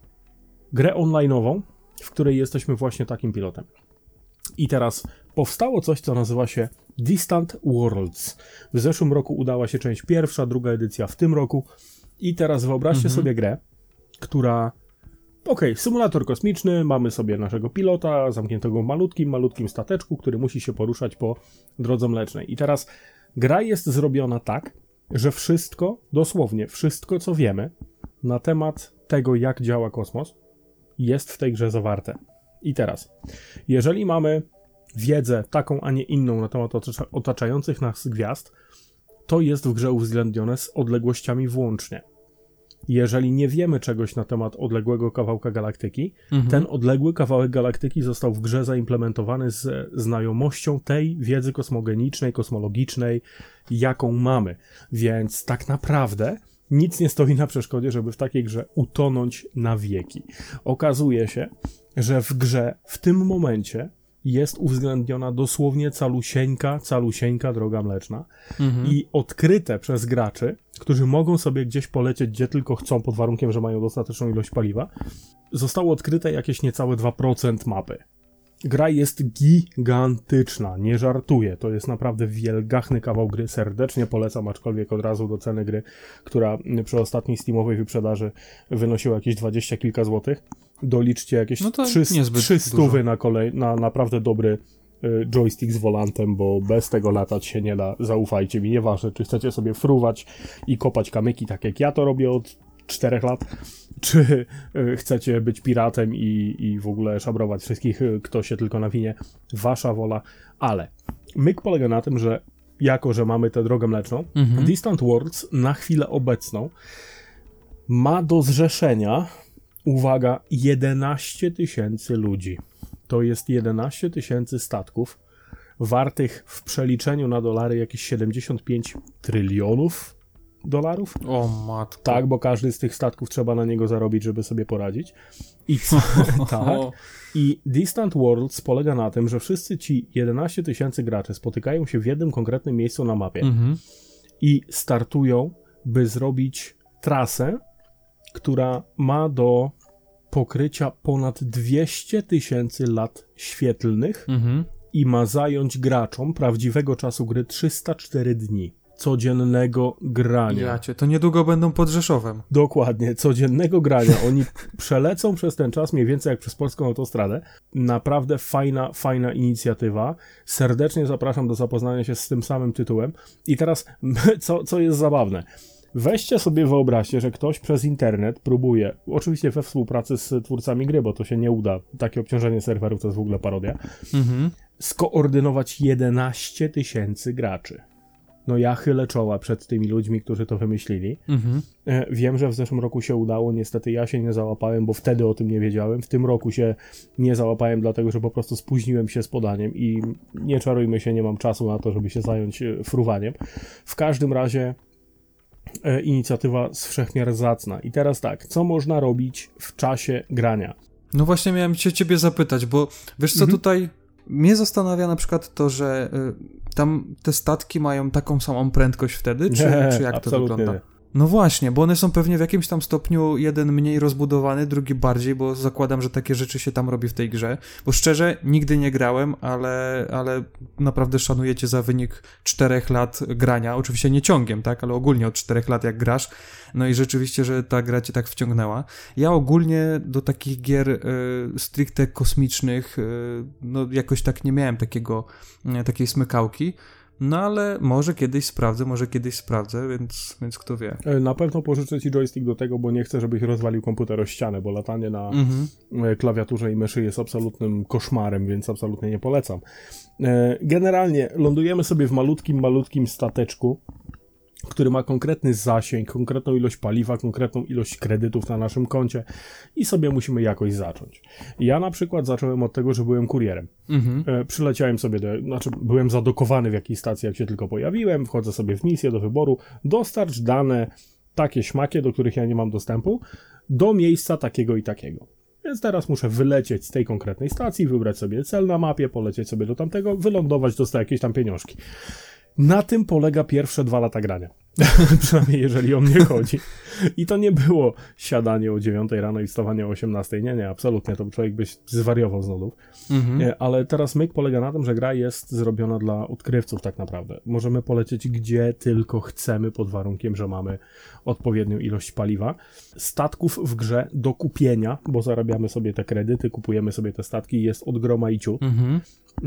grę online'ową, w której jesteśmy właśnie takim pilotem. I teraz powstało coś, co nazywa się Distant Worlds. W zeszłym roku udała się część pierwsza, druga edycja w tym roku. I teraz wyobraźcie mhm. sobie grę, która... Okej, okay, symulator kosmiczny, mamy sobie naszego pilota zamkniętego w malutkim, malutkim stateczku, który musi się poruszać po drodze mlecznej. I teraz gra jest zrobiona tak, że wszystko, dosłownie wszystko, co wiemy na temat tego, jak działa kosmos, jest w tej grze zawarte. I teraz, jeżeli mamy wiedzę taką, a nie inną na temat otaczających nas gwiazd, to jest w grze uwzględnione z odległościami włącznie. Jeżeli nie wiemy czegoś na temat odległego kawałka galaktyki, mhm. ten odległy kawałek galaktyki został w grze zaimplementowany z znajomością tej wiedzy kosmogenicznej, kosmologicznej, jaką mamy. Więc tak naprawdę nic nie stoi na przeszkodzie, żeby w takiej grze utonąć na wieki. Okazuje się, że w grze w tym momencie jest uwzględniona dosłownie calusieńka, calusieńka droga mleczna mhm. i odkryte przez graczy, którzy mogą sobie gdzieś polecieć, gdzie tylko chcą, pod warunkiem, że mają dostateczną ilość paliwa, zostało odkryte jakieś niecałe dwa procent mapy. gra jest gigantyczna, nie żartuję. To jest naprawdę wielgachny kawał gry. Serdecznie polecam, aczkolwiek od razu do ceny gry, która przy ostatniej steamowej wyprzedaży wynosiła jakieś dwadzieścia kilka złotych. Doliczcie jakieś no trzy stówy na kolej, na naprawdę dobry y, joystick z volantem, bo bez tego latać się nie da. Zaufajcie mi, nieważne, czy chcecie sobie fruwać i kopać kamyki, tak jak ja to robię od czterech lat, czy y, chcecie być piratem i, i w ogóle szabrować wszystkich, y, kto się tylko nawinie, wasza wola, ale myk polega na tym, że jako, że mamy tę drogę mleczną, mhm. Distant Worlds na chwilę obecną ma do zrzeszenia, uwaga, jedenaście tysięcy ludzi. To jest jedenaście tysięcy statków, wartych w przeliczeniu na dolary jakieś siedemdziesiąt pięć trylionów dolarów. O matko. Tak, bo każdy z tych statków trzeba na niego zarobić, żeby sobie poradzić. I co? Tak. I Distant Worlds polega na tym, że wszyscy ci jedenaście tysięcy graczy spotykają się w jednym konkretnym miejscu na mapie mhm. i startują, by zrobić trasę, która ma do pokrycia ponad dwieście tysięcy lat świetlnych mhm. i ma zająć graczom prawdziwego czasu gry trzysta cztery dni. Codziennego grania. Jacie, to niedługo będą pod Rzeszowem. Dokładnie, codziennego grania. Oni przelecą przez ten czas mniej więcej jak przez polską autostradę. Naprawdę fajna, fajna inicjatywa. Serdecznie zapraszam do zapoznania się z tym samym tytułem. I teraz, co, co jest zabawne. Weźcie sobie, wyobraźcie, że ktoś przez internet próbuje, oczywiście we współpracy z twórcami gry, bo to się nie uda, takie obciążenie serwerów to jest w ogóle parodia, mhm. skoordynować jedenaście tysięcy graczy. No ja chylę czoła przed tymi ludźmi, którzy to wymyślili. Mhm. Wiem, że w zeszłym roku się udało, niestety ja się nie załapałem, bo wtedy o tym nie wiedziałem. W tym roku się nie załapałem, dlatego że po prostu spóźniłem się z podaniem i nie czarujmy się, nie mam czasu na to, żeby się zająć fruwaniem. W każdym razie e, inicjatywa z wszechmiar zacna. I teraz tak, co można robić w czasie grania? No właśnie miałem się ciebie zapytać, bo wiesz co, mhm. tutaj mnie zastanawia na przykład to, że y, tam te statki mają taką samą prędkość wtedy, czy, nie, czy jak to wygląda? Nie. No właśnie, bo one są pewnie w jakimś tam stopniu jeden mniej rozbudowany, drugi bardziej, bo zakładam, że takie rzeczy się tam robi w tej grze. Bo szczerze, nigdy nie grałem, ale, ale naprawdę szanuję cię za wynik czterech lat grania. Oczywiście nie ciągiem, tak, ale ogólnie od czterech lat jak grasz. No i rzeczywiście, że ta gra cię tak wciągnęła. Ja ogólnie do takich gier y, stricte kosmicznych y, no jakoś tak nie miałem takiego, y, takiej smykałki. No ale może kiedyś sprawdzę, może kiedyś sprawdzę, więc, więc kto wie. Na pewno pożyczę ci joystick do tego, bo nie chcę, żebyś rozwalił komputer o ścianę, bo latanie na mhm. klawiaturze i myszy jest absolutnym koszmarem, więc absolutnie nie polecam. Generalnie lądujemy sobie w malutkim, malutkim stateczku, który ma konkretny zasięg, konkretną ilość paliwa, konkretną ilość kredytów na naszym koncie i sobie musimy jakoś zacząć. Ja na przykład zacząłem od tego, że byłem kurierem. Mhm. E, przyleciałem sobie, do, znaczy byłem zadokowany w jakiejś stacji, jak się tylko pojawiłem, wchodzę sobie w misję do wyboru, dostarcz dane takie śmakie, do których ja nie mam dostępu, do miejsca takiego i takiego. Więc teraz muszę wylecieć z tej konkretnej stacji, wybrać sobie cel na mapie, polecieć sobie do tamtego, wylądować, dostać jakieś tam pieniążki. Na tym polega pierwsze dwa lata grania. Przynajmniej jeżeli o mnie chodzi. I to nie było siadanie o dziewiątej rano i wstawanie o osiemnastej. Nie, nie, absolutnie. To człowiek by zwariował z nudów. Mhm. Ale teraz myk polega na tym, że gra jest zrobiona dla odkrywców tak naprawdę. Możemy polecieć gdzie tylko chcemy pod warunkiem, że mamy odpowiednią ilość paliwa. Statków w grze do kupienia, bo zarabiamy sobie te kredyty, kupujemy sobie te statki, jest od groma i ciut. Mhm.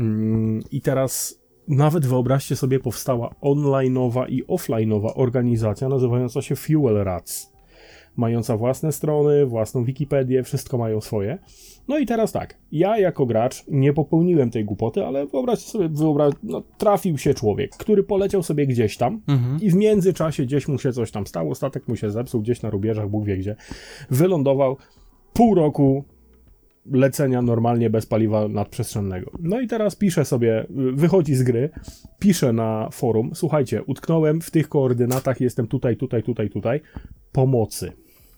I teraz nawet wyobraźcie sobie, powstała online'owa i offline'owa organizacja nazywająca się Fuel Rats, mająca własne strony, własną Wikipedię, wszystko mają swoje. No i teraz tak, ja jako gracz nie popełniłem tej głupoty, ale wyobraźcie sobie, wyobraź, no, trafił się człowiek, który poleciał sobie gdzieś tam mhm. i w międzyczasie gdzieś mu się coś tam stało, statek mu się zepsuł gdzieś na rubieżach, Bóg wie gdzie, wylądował, pół roku lecenia normalnie bez paliwa nadprzestrzennego. No i teraz piszę sobie, wychodzi z gry, piszę na forum, słuchajcie, utknąłem w tych koordynatach, jestem tutaj, tutaj, tutaj, tutaj, pomocy.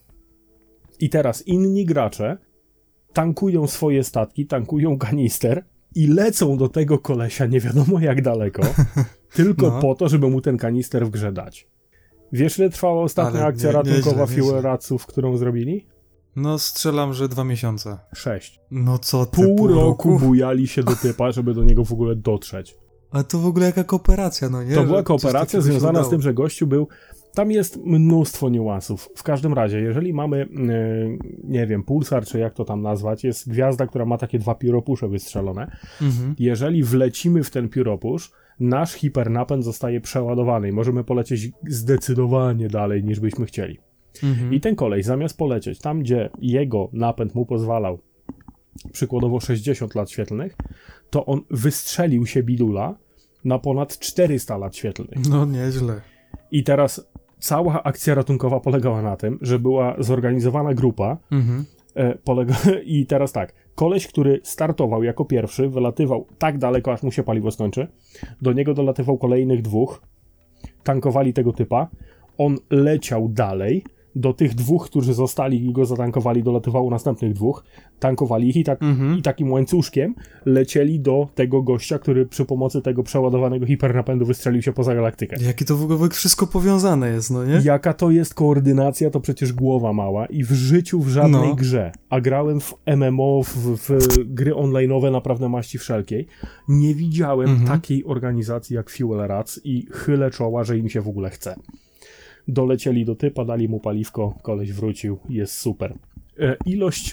I teraz inni gracze tankują swoje statki, tankują kanister i lecą do tego kolesia nie wiadomo jak daleko, tylko no. po to, żeby mu ten kanister w grze dać. Wiesz, ile trwała ostatnia Ale akcja nie, ratunkowa Fuel Ratsów, którą zrobili? No strzelam, że dwa miesiące. Sześć. No co ty, pół, pół roku? roku bujali się do typa, żeby do niego w ogóle dotrzeć. A to w ogóle jaka kooperacja, no nie? To była kooperacja związana z tym, że gościu był... Tam jest mnóstwo niuansów. W każdym razie, jeżeli mamy, yy, nie wiem, pulsar, czy jak to tam nazwać, jest gwiazda, która ma takie dwa pióropusze wystrzelone. Mhm. Jeżeli wlecimy w ten pióropusz, nasz hipernapęd zostaje przeładowany i możemy polecieć zdecydowanie dalej, niż byśmy chcieli. Mhm. I ten kolej, zamiast polecieć tam, gdzie jego napęd mu pozwalał, przykładowo sześćdziesiąt lat świetlnych, to on wystrzelił się bidula na ponad czterysta lat świetlnych. No nieźle. I teraz cała akcja ratunkowa polegała na tym, że była zorganizowana grupa mhm. e, polega... i teraz tak, koleś, który startował jako pierwszy, wylatywał tak daleko, aż mu się paliwo skończy, do niego dolatywał kolejnych dwóch, tankowali tego typa, on leciał dalej, do tych dwóch, którzy zostali i go zatankowali, dolatywało następnych dwóch, tankowali ich i, tak, mhm. i takim łańcuszkiem lecieli do tego gościa, który przy pomocy tego przeładowanego hipernapędu wystrzelił się poza galaktykę. Jakie to w ogóle wszystko powiązane jest, no nie? Jaka to jest koordynacja, to przecież głowa mała i w życiu w żadnej no. grze, a grałem w M M O, w, w gry online'owe naprawdę maści wszelkiej, nie widziałem mhm. takiej organizacji jak Fuel Rats i chylę czoła, że im się w ogóle chce. Dolecieli do typa, dali mu paliwko, koleś wrócił, jest super. E, ilość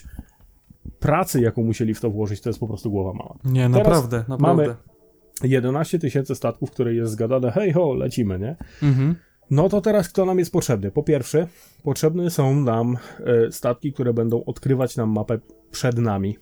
pracy, jaką musieli w to włożyć, to jest po prostu głowa mała. Nie, Teraz naprawdę, naprawdę. Mamy jedenaście tysięcy statków, które jest zgadane, hej ho, lecimy, nie? Mhm. No to teraz kto nam jest potrzebny? Po pierwsze, potrzebne są nam e, statki, które będą odkrywać nam mapę przed nami.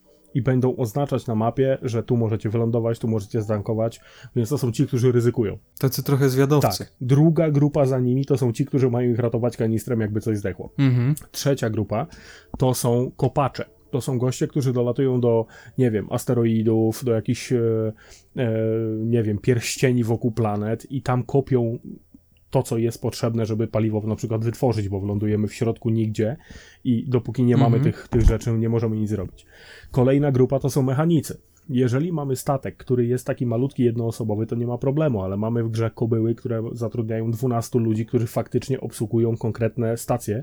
I będą oznaczać na mapie, że tu możecie wylądować, tu możecie ztankować, więc to są ci, którzy ryzykują. Tacy trochę zwiadowcy. Tak. Druga grupa za nimi to są ci, którzy mają ich ratować kanistrem, jakby coś zdechło. Mhm. Trzecia grupa to są kopacze. To są goście, którzy dolatują do, nie wiem, asteroidów, do jakichś, e, e, nie wiem, pierścieni wokół planet i tam kopią to, co jest potrzebne, żeby paliwo na przykład wytworzyć, bo wylądujemy w środku nigdzie i dopóki nie mamy mm-hmm. tych, tych rzeczy, nie możemy nic zrobić. Kolejna grupa to są mechanicy. Jeżeli mamy statek, który jest taki malutki, jednoosobowy, to nie ma problemu, ale mamy w grze kobyły, które zatrudniają dwunastu ludzi, którzy faktycznie obsługują konkretne stacje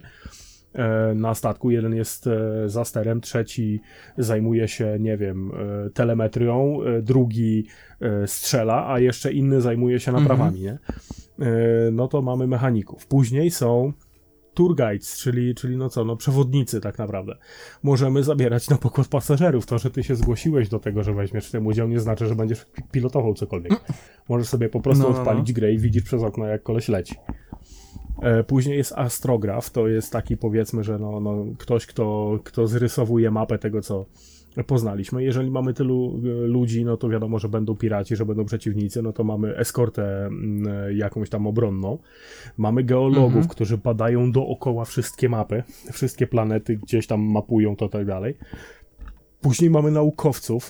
e, na statku. Jeden jest e, za sterem, trzeci zajmuje się, nie wiem, e, telemetrią, e, drugi e, strzela, a jeszcze inny zajmuje się naprawami, mm-hmm. nie? No to mamy mechaników. Później są tour guides, czyli, czyli no co, no przewodnicy tak naprawdę. Możemy zabierać na pokład pasażerów. To, że ty się zgłosiłeś do tego, że weźmiesz w tym udział, nie znaczy, że będziesz pilotował cokolwiek. Możesz sobie po prostu no, no, odpalić grę i widzisz przez okno, jak koleś leci. Później jest astrograf, to jest taki, powiedzmy, że no, no ktoś, kto, kto zrysowuje mapę tego, co poznaliśmy. Jeżeli mamy tylu ludzi, no to wiadomo, że będą piraci, że będą przeciwnicy, no to mamy eskortę jakąś tam obronną. Mamy geologów, mhm. którzy badają dookoła wszystkie mapy, wszystkie planety, gdzieś tam mapują to tak dalej. Później mamy naukowców,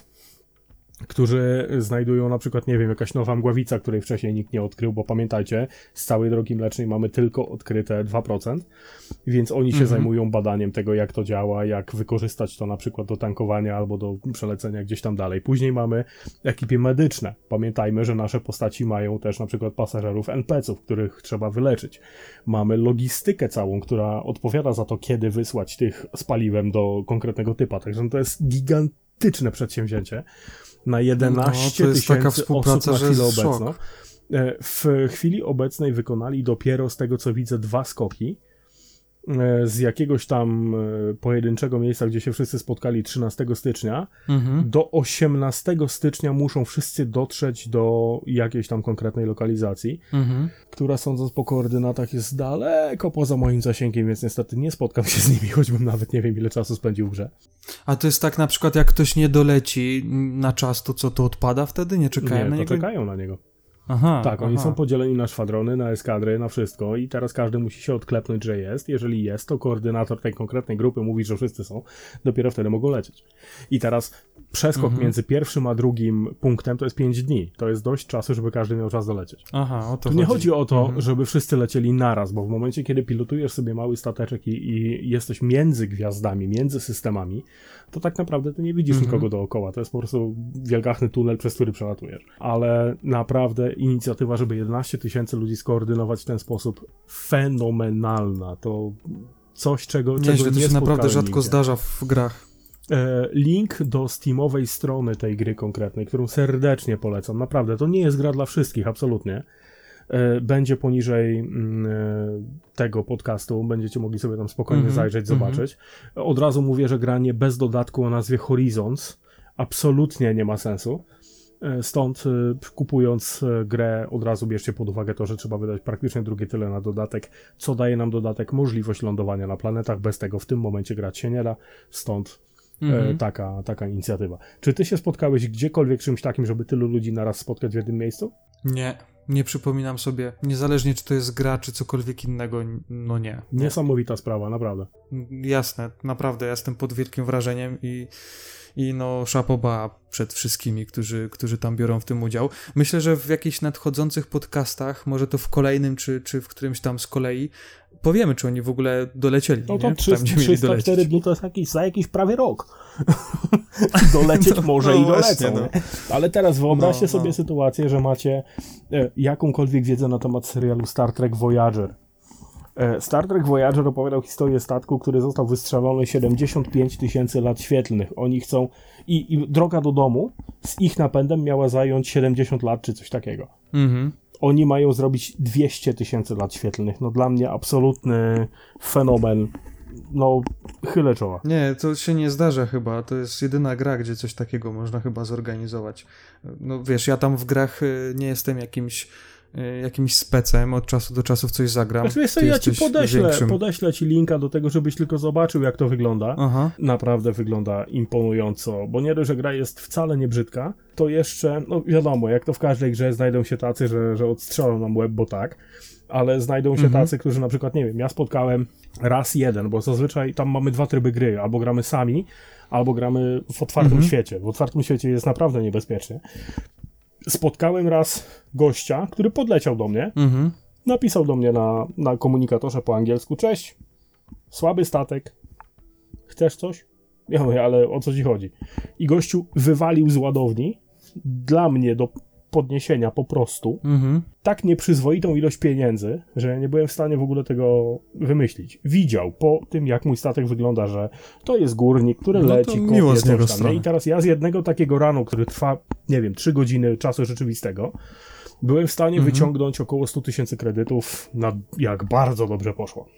którzy znajdują na przykład, nie wiem, jakaś nowa mgławica, której wcześniej nikt nie odkrył, bo pamiętajcie, z całej drogi mlecznej mamy tylko odkryte dwa procent, więc oni się mhm. zajmują badaniem tego, jak to działa, jak wykorzystać to na przykład do tankowania albo do przelecenia gdzieś tam dalej. Później mamy ekipy medyczne. Pamiętajmy, że nasze postaci mają też na przykład pasażerów en pe ce ów, których trzeba wyleczyć. Mamy logistykę całą, która odpowiada za to, kiedy wysłać tych z paliwem do konkretnego typa. Także to jest gigantyczne przedsięwzięcie. Na jedenaście no, tysięcy osób na chwilę obecną. Szok. W chwili obecnej wykonali dopiero, z tego co widzę, dwa skoki z jakiegoś tam pojedynczego miejsca, gdzie się wszyscy spotkali trzynastego stycznia. Mhm. Do osiemnastego stycznia muszą wszyscy dotrzeć do jakiejś tam konkretnej lokalizacji, mhm. która sądząc po koordynatach jest daleko poza moim zasięgiem, więc niestety nie spotkam się z nimi, choćbym nawet nie wiem ile czasu spędził w grze. A to jest tak na przykład, jak ktoś nie doleci na czas, to co, to odpada wtedy? Nie czekają nie, na niego? Nie, czekają na niego. Aha, tak, oni aha. są podzieleni na szwadrony, na eskadry, na wszystko i teraz każdy musi się odklepnąć, że jest. Jeżeli jest, to koordynator tej konkretnej grupy mówi, że wszyscy są, dopiero wtedy mogą lecieć. I teraz przeskok mhm. między pierwszym a drugim punktem to jest pięć dni. To jest dość czasu, żeby każdy miał czas dolecieć. Aha, o to tu nie chodzi o to, mhm. żeby wszyscy lecieli naraz, bo w momencie, kiedy pilotujesz sobie mały stateczek i, i jesteś między gwiazdami, między systemami, to tak naprawdę ty nie widzisz mhm. nikogo dookoła. To jest po prostu wielgachny tunel, przez który przelatujesz. Ale naprawdę inicjatywa, żeby jedenaście tysięcy ludzi skoordynować w ten sposób, fenomenalna. To Coś, czego, Nieźle, czego to nie się naprawdę rzadko nigdzie. zdarza w grach. E, link do steamowej strony tej gry konkretnej, którą serdecznie polecam. Naprawdę, to nie jest gra dla wszystkich, absolutnie. E, będzie poniżej mm, tego podcastu, będziecie mogli sobie tam spokojnie mm-hmm, zajrzeć, zobaczyć. Mm-hmm. Od razu mówię, że granie bez dodatku o nazwie Horizons absolutnie nie ma sensu. Stąd kupując grę od razu bierzcie pod uwagę to, że trzeba wydać praktycznie drugie tyle na dodatek, co daje nam dodatek możliwość lądowania na planetach. Bez tego w tym momencie grać się nie da, stąd mhm. e, taka, taka inicjatywa. Czy ty się spotkałeś gdziekolwiek czymś takim, żeby tylu ludzi naraz spotkać w jednym miejscu? Nie, nie przypominam sobie. Niezależnie czy to jest gra, czy cokolwiek innego, no nie. nie. Niesamowita sprawa, naprawdę. Jasne, naprawdę, ja jestem pod wielkim wrażeniem i I no szapoba przed wszystkimi, którzy, którzy tam biorą w tym udział. Myślę, że w jakichś nadchodzących podcastach, może to w kolejnym, czy, czy w którymś tam z kolei, powiemy, czy oni w ogóle dolecieli. No to trzysta cztery dni to jest jakiś, za jakiś prawie rok. Dolecieć no, może no i dolecą. Właśnie, no. Ale teraz wyobraźcie no, sobie no. sytuację, że macie e, jakąkolwiek wiedzę na temat serialu Star Trek Voyager. Star Trek Voyager opowiadał historię statku, który został wystrzelony siedemdziesiąt pięć tysięcy lat świetlnych. Oni chcą... I, I droga do domu z ich napędem miała zająć siedemdziesiąt lat, czy coś takiego. Mhm. Oni mają zrobić dwieście tysięcy lat świetlnych. No dla mnie absolutny fenomen. No, chylę czoła. Nie, to się nie zdarza chyba. To jest jedyna gra, gdzie coś takiego można chyba zorganizować. No wiesz, ja tam w grach nie jestem jakimś jakimś specem, od czasu do czasu w coś zagram. Znaczy, wiesz co, ja ci podeślę, większym... podeślę ci linka do tego, żebyś tylko zobaczył, jak to wygląda. Aha. Naprawdę wygląda imponująco, bo nie dość, że gra jest wcale nie brzydka, to jeszcze, no wiadomo, jak to w każdej grze znajdą się tacy, że, że odstrzelą nam łeb, bo tak, ale znajdą się mhm. tacy, którzy na przykład, nie wiem, ja spotkałem raz jeden, bo zazwyczaj tam mamy dwa tryby gry, albo gramy sami, albo gramy w otwartym mhm. świecie. W otwartym świecie jest naprawdę niebezpiecznie. Spotkałem raz gościa, który podleciał do mnie, mhm. napisał do mnie na, na komunikatorze po angielsku: cześć, słaby statek, chcesz coś? Ja mówię, ale o co ci chodzi? I gościu wywalił z ładowni dla mnie do podniesienia po prostu mhm. tak nieprzyzwoitą ilość pieniędzy, że ja nie byłem w stanie w ogóle tego wymyślić. Widział po tym, jak mój statek wygląda, że to jest górnik, który no leci, kopie, coś tam. I teraz ja z jednego takiego ranu, który trwa, nie wiem, trzy godziny czasu rzeczywistego, byłem w stanie mhm. wyciągnąć około sto tysięcy kredytów, na jak bardzo dobrze poszło.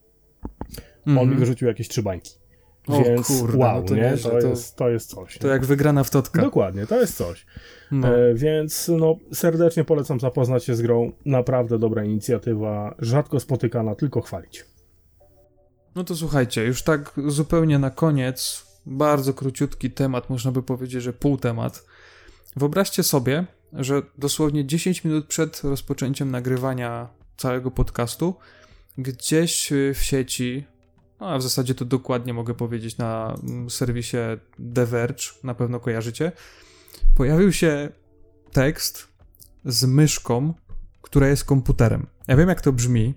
Mhm. On mi wyrzucił jakieś trzy bańki. O, więc kurde, wow, no to, nie? nieźle, To, to, jest, to jest coś. To nie? jak wygrana w totka. Dokładnie, to jest coś. No. E, więc no, serdecznie polecam zapoznać się z grą. Naprawdę dobra inicjatywa, rzadko spotykana, tylko chwalić. No to słuchajcie, już tak zupełnie na koniec, bardzo króciutki temat, można by powiedzieć, że pół temat. Wyobraźcie sobie, że dosłownie dziesięć minut przed rozpoczęciem nagrywania całego podcastu gdzieś w sieci, no a w zasadzie to dokładnie mogę powiedzieć na serwisie The Verge, na pewno kojarzycie, pojawił się tekst z myszką, która jest komputerem. Ja wiem, jak to brzmi,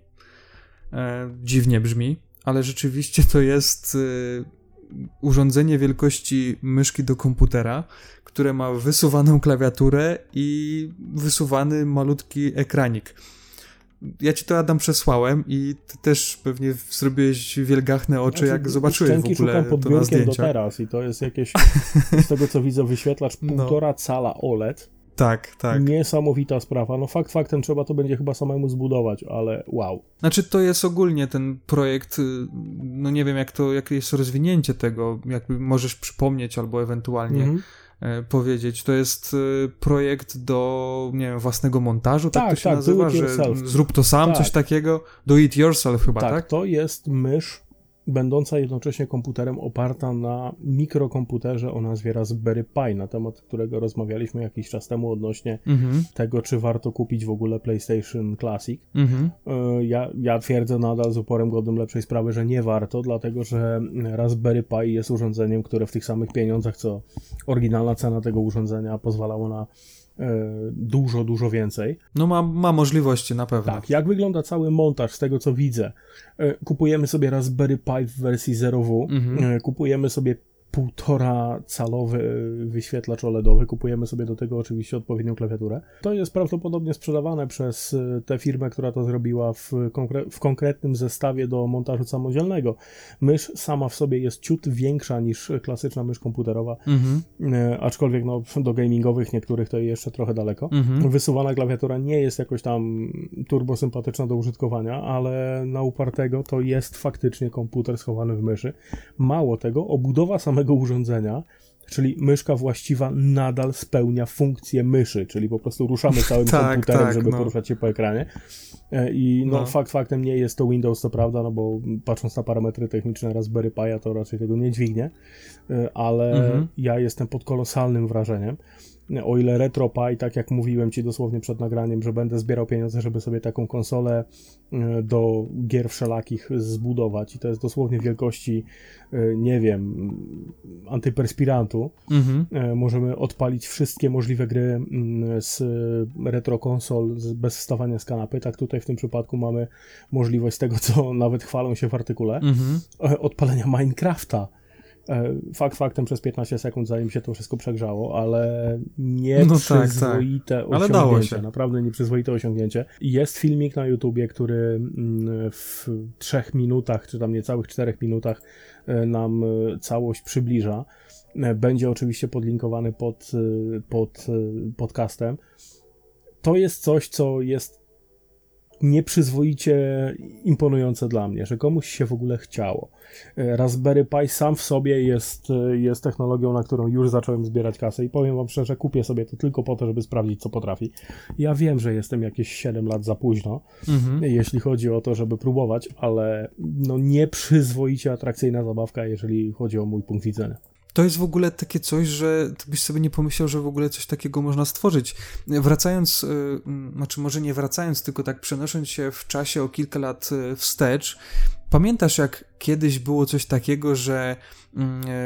e, dziwnie brzmi, ale rzeczywiście to jest e, urządzenie wielkości myszki do komputera, które ma wysuwaną klawiaturę i wysuwany malutki ekranik. Ja ci to, Adam, przesłałem i ty też pewnie zrobiłeś wielgachne oczy, znaczy, jak zobaczyłeś w ogóle pod to na zdjęciach. do teraz i to jest jakieś, z tego co widzę, wyświetlacz półtora no. cala O L E D. Tak, tak. Niesamowita sprawa. No fakt faktem trzeba to będzie chyba samemu zbudować, ale wow. Znaczy to jest ogólnie ten projekt, no nie wiem jak to, jakie jest rozwinięcie tego, jakby możesz przypomnieć albo ewentualnie mm-hmm. powiedzieć. To jest projekt do, nie wiem, własnego montażu, tak, tak to się tak, nazywa, że zrób to sam, tak. coś takiego. Do it yourself chyba, tak? Tak, to jest mysz będąca jednocześnie komputerem, oparta na mikrokomputerze o nazwie Raspberry Pi, na temat którego rozmawialiśmy jakiś czas temu odnośnie mm-hmm. tego, czy warto kupić w ogóle PlayStation Classic. Mm-hmm. Ja, ja twierdzę nadal z uporem godnym lepszej sprawy, że nie warto, dlatego że Raspberry Pi jest urządzeniem, które w tych samych pieniądzach, co oryginalna cena tego urządzenia, pozwalało na dużo, dużo więcej. No ma, ma możliwości na pewno. Tak, jak wygląda cały montaż z tego, co widzę. Kupujemy sobie Raspberry Pi w wersji zero W, mhm. kupujemy sobie półtora calowy wyświetlacz O L E D owy, kupujemy sobie do tego oczywiście odpowiednią klawiaturę. To jest prawdopodobnie sprzedawane przez tę firmę, która to zrobiła w, konkre- w konkretnym zestawie do montażu samodzielnego. Mysz sama w sobie jest ciut większa niż klasyczna mysz komputerowa, mhm. aczkolwiek no, do gamingowych niektórych to jeszcze trochę daleko. Mhm. Wysuwana klawiatura nie jest jakoś tam turbo sympatyczna do użytkowania, ale na upartego to jest faktycznie komputer schowany w myszy. Mało tego, obudowa samego urządzenia, czyli myszka właściwa nadal spełnia funkcję myszy, czyli po prostu ruszamy całym tak, komputerem, tak, żeby no. poruszać się po ekranie. I no, no fakt faktem nie jest to Windows, to prawda, no bo patrząc na parametry techniczne Raspberry Pi'a, to raczej tego nie dźwignie, ale mhm. ja jestem pod kolosalnym wrażeniem. O ile RetroPie, tak jak mówiłem Ci dosłownie przed nagraniem, że będę zbierał pieniądze, żeby sobie taką konsolę do gier wszelakich zbudować i to jest dosłownie wielkości, nie wiem, antyperspirantu. Mm-hmm. Możemy odpalić wszystkie możliwe gry z retro konsol bez wstawania z kanapy. Tak tutaj w tym przypadku mamy możliwość tego, co nawet chwalą się w artykule, mm-hmm. odpalenia Minecrafta. Fakt faktem przez piętnaście sekund, zanim się to wszystko przegrzało, ale nieprzyzwoite no tak, tak. Ale osiągnięcie, naprawdę nieprzyzwoite osiągnięcie. Jest filmik na YouTubie, który w trzech minutach, czy tam niecałych czterech minutach nam całość przybliża. Będzie oczywiście podlinkowany pod, pod podcastem. To jest coś, co jest nieprzyzwoicie imponujące dla mnie, że komuś się w ogóle chciało. Raspberry Pi sam w sobie jest, jest technologią, na którą już zacząłem zbierać kasę i powiem wam szczerze, kupię sobie to tylko po to, żeby sprawdzić, co potrafi. Ja wiem, że jestem jakieś siedem lat za późno, mhm. jeśli chodzi o to, żeby próbować, ale no nieprzyzwoicie atrakcyjna zabawka, jeżeli chodzi o mój punkt widzenia. To jest w ogóle takie coś, że ty byś sobie nie pomyślał, że w ogóle coś takiego można stworzyć. Wracając, yy, znaczy może nie wracając, tylko tak przenosząc się w czasie o kilka lat wstecz, pamiętasz, jak kiedyś było coś takiego, że yy,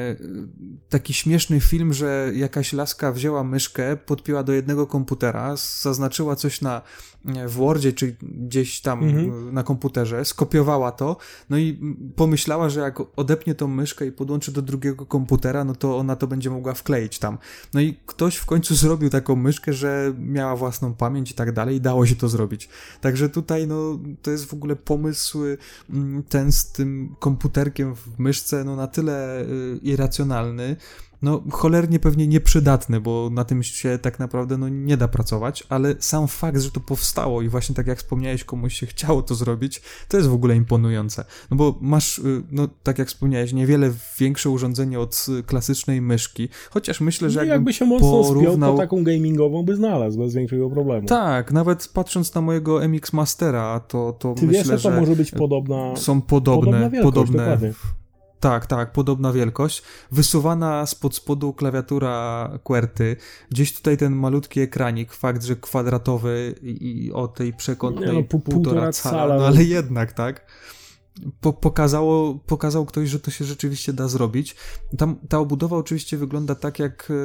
taki śmieszny film, że jakaś laska wzięła myszkę, podpięła do jednego komputera, zaznaczyła coś na w Wordzie, czy gdzieś tam mhm. na komputerze, skopiowała to, no i pomyślała, że jak odepnie tą myszkę i podłączy do drugiego komputera, no to ona to będzie mogła wkleić tam. No i ktoś w końcu zrobił taką myszkę, że miała własną pamięć i tak dalej i dało się to zrobić. Także tutaj, no, to jest w ogóle pomysł ten z tym komputerkiem w myszce, no na tyle y, irracjonalny, no cholernie pewnie nieprzydatny, bo na tym się tak naprawdę no, nie da pracować, ale sam fakt, że to powstało i właśnie tak jak wspomniałeś, komuś się chciało to zrobić, to jest w ogóle imponujące. No bo masz, no tak jak wspomniałeś, niewiele większe urządzenie od klasycznej myszki, chociaż myślę, że jakby, jakby się mocno porównał... spiął, to taką gamingową by znalazł bez większego problemu. Tak, nawet patrząc na mojego M X Mastera, to, to Ty myślę, wiesz, że... to może być podobna... Są podobne, podobna wielkość, podobne... Dokładnie. Tak, tak, podobna wielkość. Wysuwana spod spodu klawiatura QWERTY. Gdzieś tutaj ten malutki ekranik, fakt, że kwadratowy i, i o tej przekątnej nie, no, pół, półtora cala, cala, no ale jednak, tak. Po, pokazało, pokazał ktoś, że to się rzeczywiście da zrobić. Tam ta obudowa oczywiście wygląda tak jak y,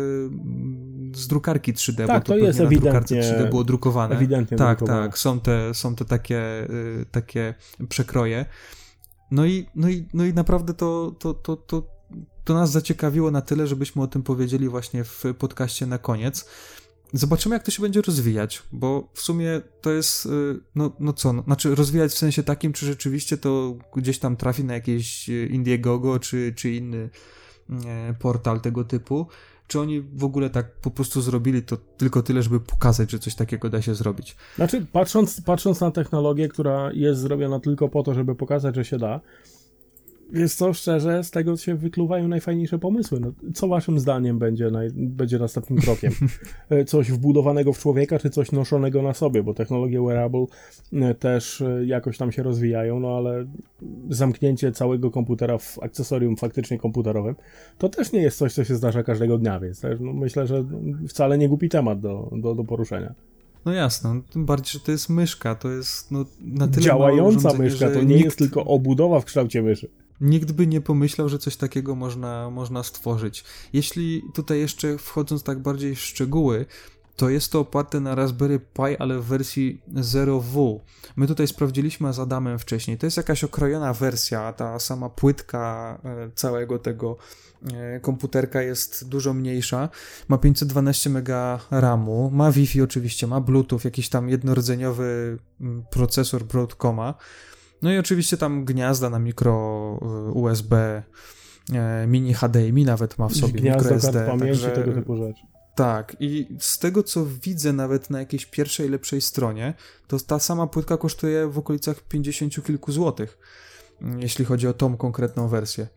z drukarki trzy D, tak, bo to, to jest na ewidentnie drukarce trzy D było drukowane. Ewidentnie tak, drukowane. tak, są te, są te takie, y, takie przekroje. No i, no i, no i naprawdę to, to, to, to, to nas zaciekawiło na tyle, żebyśmy o tym powiedzieli właśnie w podcaście na koniec. Zobaczymy, jak to się będzie rozwijać, bo w sumie to jest, no, no co, no, znaczy rozwijać w sensie takim, czy rzeczywiście to gdzieś tam trafi na jakieś Indiegogo, czy, czy inny nie, portal tego typu, czy oni w ogóle tak po prostu zrobili to tylko tyle, żeby pokazać, że coś takiego da się zrobić. Znaczy, patrząc, patrząc na technologię, która jest zrobiona tylko po to, żeby pokazać, że się da, jest to szczerze, z tego się wykluwają najfajniejsze pomysły. No, co waszym zdaniem będzie, naj, będzie następnym krokiem? Coś wbudowanego w człowieka, czy coś noszonego na sobie? Bo technologie wearable też jakoś tam się rozwijają, no ale zamknięcie całego komputera w akcesorium faktycznie komputerowym, to też nie jest coś, co się zdarza każdego dnia, więc też, no, myślę, że wcale nie głupi temat do, do, do poruszenia. No jasne, tym bardziej, że to jest myszka, to jest no, na tyle działająca myszka, to nie nikt... jest tylko obudowa w kształcie myszy. Nikt by nie pomyślał, że coś takiego można, można stworzyć. Jeśli tutaj jeszcze wchodząc tak bardziej w szczegóły, to jest to oparte na Raspberry Pi, ale w wersji zero W. My tutaj sprawdziliśmy z Adamem wcześniej. To jest jakaś okrojona wersja, ta sama płytka całego tego komputerka jest dużo mniejsza. Ma pięćset dwanaście mega ramu, ma Wi-Fi oczywiście, ma Bluetooth, jakiś tam jednorodzeniowy procesor Broadcoma. No i oczywiście tam gniazda na mikro U S B, mini H D M I nawet ma w sobie, gniazdo, mikro S D. Gniazdo, kart pamięci, także... tego typu rzeczy. Tak, i z tego co widzę nawet na jakiejś pierwszej, lepszej stronie, to ta sama płytka kosztuje w okolicach pięćdziesięciu kilku złotych, jeśli chodzi o tą konkretną wersję.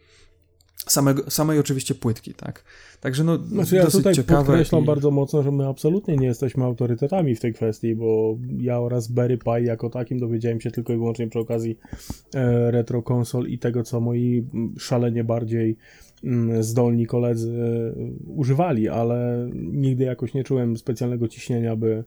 Samego, samej oczywiście płytki, tak. Także no, znaczy, ja dosyć tutaj ciekawe. podkreślam i... bardzo mocno, że my absolutnie nie jesteśmy autorytetami w tej kwestii, bo ja o Raspberry Pi jako takim dowiedziałem się tylko i wyłącznie przy okazji e, retro konsol i tego, co moi szalenie bardziej m, zdolni koledzy e, używali, ale nigdy jakoś nie czułem specjalnego ciśnienia, by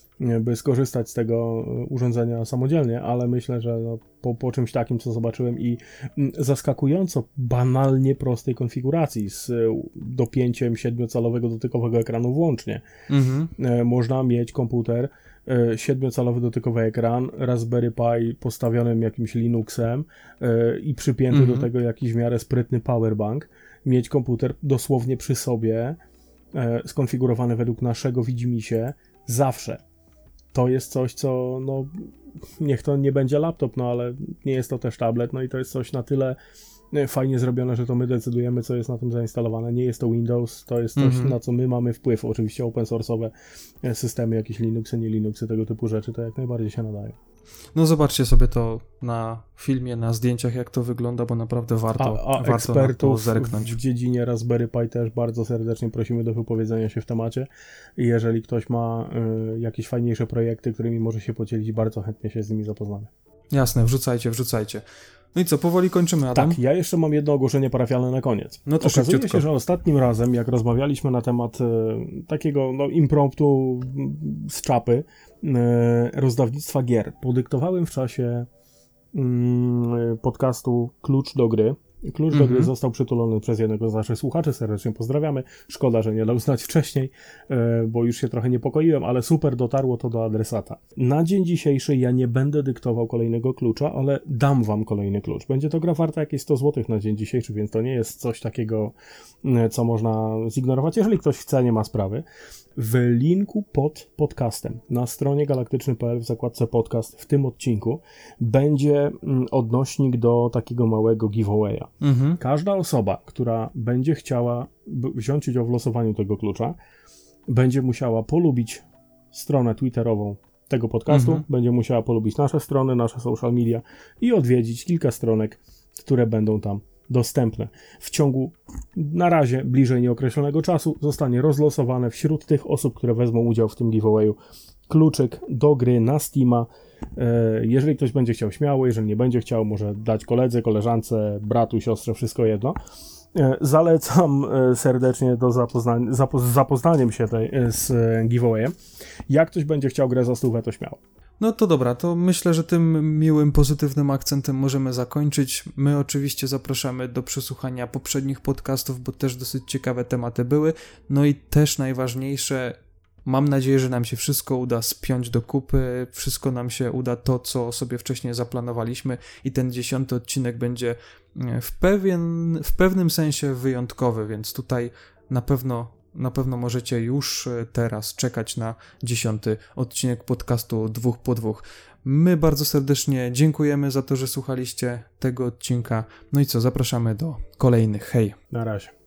by skorzystać z tego urządzenia samodzielnie, ale myślę, że no, po, po czymś takim, co zobaczyłem i zaskakująco banalnie prostej konfiguracji z dopięciem siedmiocalowego dotykowego ekranu włącznie, mhm. można mieć komputer, siedmiocalowy dotykowy ekran, Raspberry Pi postawionym jakimś Linuxem i przypięty mhm. do tego jakiś w miarę sprytny powerbank, mieć komputer dosłownie przy sobie, skonfigurowany według naszego widzimisię, zawsze. To jest coś, co, no, niech to nie będzie laptop, no, ale nie jest to też tablet, no i to jest coś na tyle fajnie zrobione, że to my decydujemy, co jest na tym zainstalowane. Nie jest to Windows, to jest coś, mm-hmm. na co my mamy wpływ. Oczywiście open source'owe systemy, jakieś Linuxy, nie Linuxy, tego typu rzeczy, to jak najbardziej się nadają. No zobaczcie sobie to na filmie, na zdjęciach, jak to wygląda, bo naprawdę warto, a, a warto na to zerknąć. W dziedzinie Raspberry Pi też bardzo serdecznie prosimy do wypowiedzenia się w temacie. I jeżeli ktoś ma y, jakieś fajniejsze projekty, którymi może się podzielić, bardzo chętnie się z nimi zapoznamy. Jasne, wrzucajcie, wrzucajcie. No i co, powoli kończymy, Adam? Tak, ja jeszcze mam jedno ogłoszenie parafialne na koniec. No to Okazuje szybciutko. się, że ostatnim razem, jak rozmawialiśmy na temat e, takiego no, impromptu z czapy, e, rozdawnictwa gier, podyktowałem w czasie mm, podcastu Klucz do gry. Klucz do mm-hmm. gry został przytulony przez jednego z naszych słuchaczy, serdecznie pozdrawiamy. Szkoda, że nie dał znać wcześniej, e, bo już się trochę niepokoiłem, ale super, dotarło to do adresata. Na dzień dzisiejszy ja nie będę dyktował kolejnego klucza, ale dam wam kolejny klucz. Będzie to gra warta jakieś sto złotych na dzień dzisiejszy, więc to nie jest coś takiego, co można zignorować. Jeżeli ktoś chce, nie ma sprawy. W linku pod podcastem na stronie galaktyczny kropka p l w zakładce podcast w tym odcinku będzie odnośnik do takiego małego giveawaya. Mhm. Każda osoba, która będzie chciała wziąć udział w losowaniu tego klucza, będzie musiała polubić stronę twitterową tego podcastu, mhm. będzie musiała polubić nasze strony, nasze social media i odwiedzić kilka stronek, które będą tam dostępne. W ciągu na razie bliżej nieokreślonego czasu zostanie rozlosowane wśród tych osób, które wezmą udział w tym giveawayu, kluczyk do gry na Steama. Jeżeli ktoś będzie chciał, śmiało, jeżeli nie będzie chciał, może dać koledze, koleżance, bratu, siostrze, wszystko jedno. Zalecam serdecznie do zapozna- zapo- z zapoznaniem się tej, z giveawayem. Jak ktoś będzie chciał grę za stówę, to śmiało. No to dobra, to myślę, że tym miłym, pozytywnym akcentem możemy zakończyć. My oczywiście zapraszamy do przesłuchania poprzednich podcastów, bo też dosyć ciekawe tematy były. No i też najważniejsze, mam nadzieję, że nam się wszystko uda spiąć do kupy, wszystko nam się uda to, co sobie wcześniej zaplanowaliśmy i ten dziesiąty odcinek będzie w pewien, w pewnym sensie wyjątkowy, więc tutaj na pewno Na pewno możecie już teraz czekać na dziesiąty odcinek podcastu Dwóch po Dwóch. My bardzo serdecznie dziękujemy za to, że słuchaliście tego odcinka. No i co, zapraszamy do kolejnych. Hej! Na razie.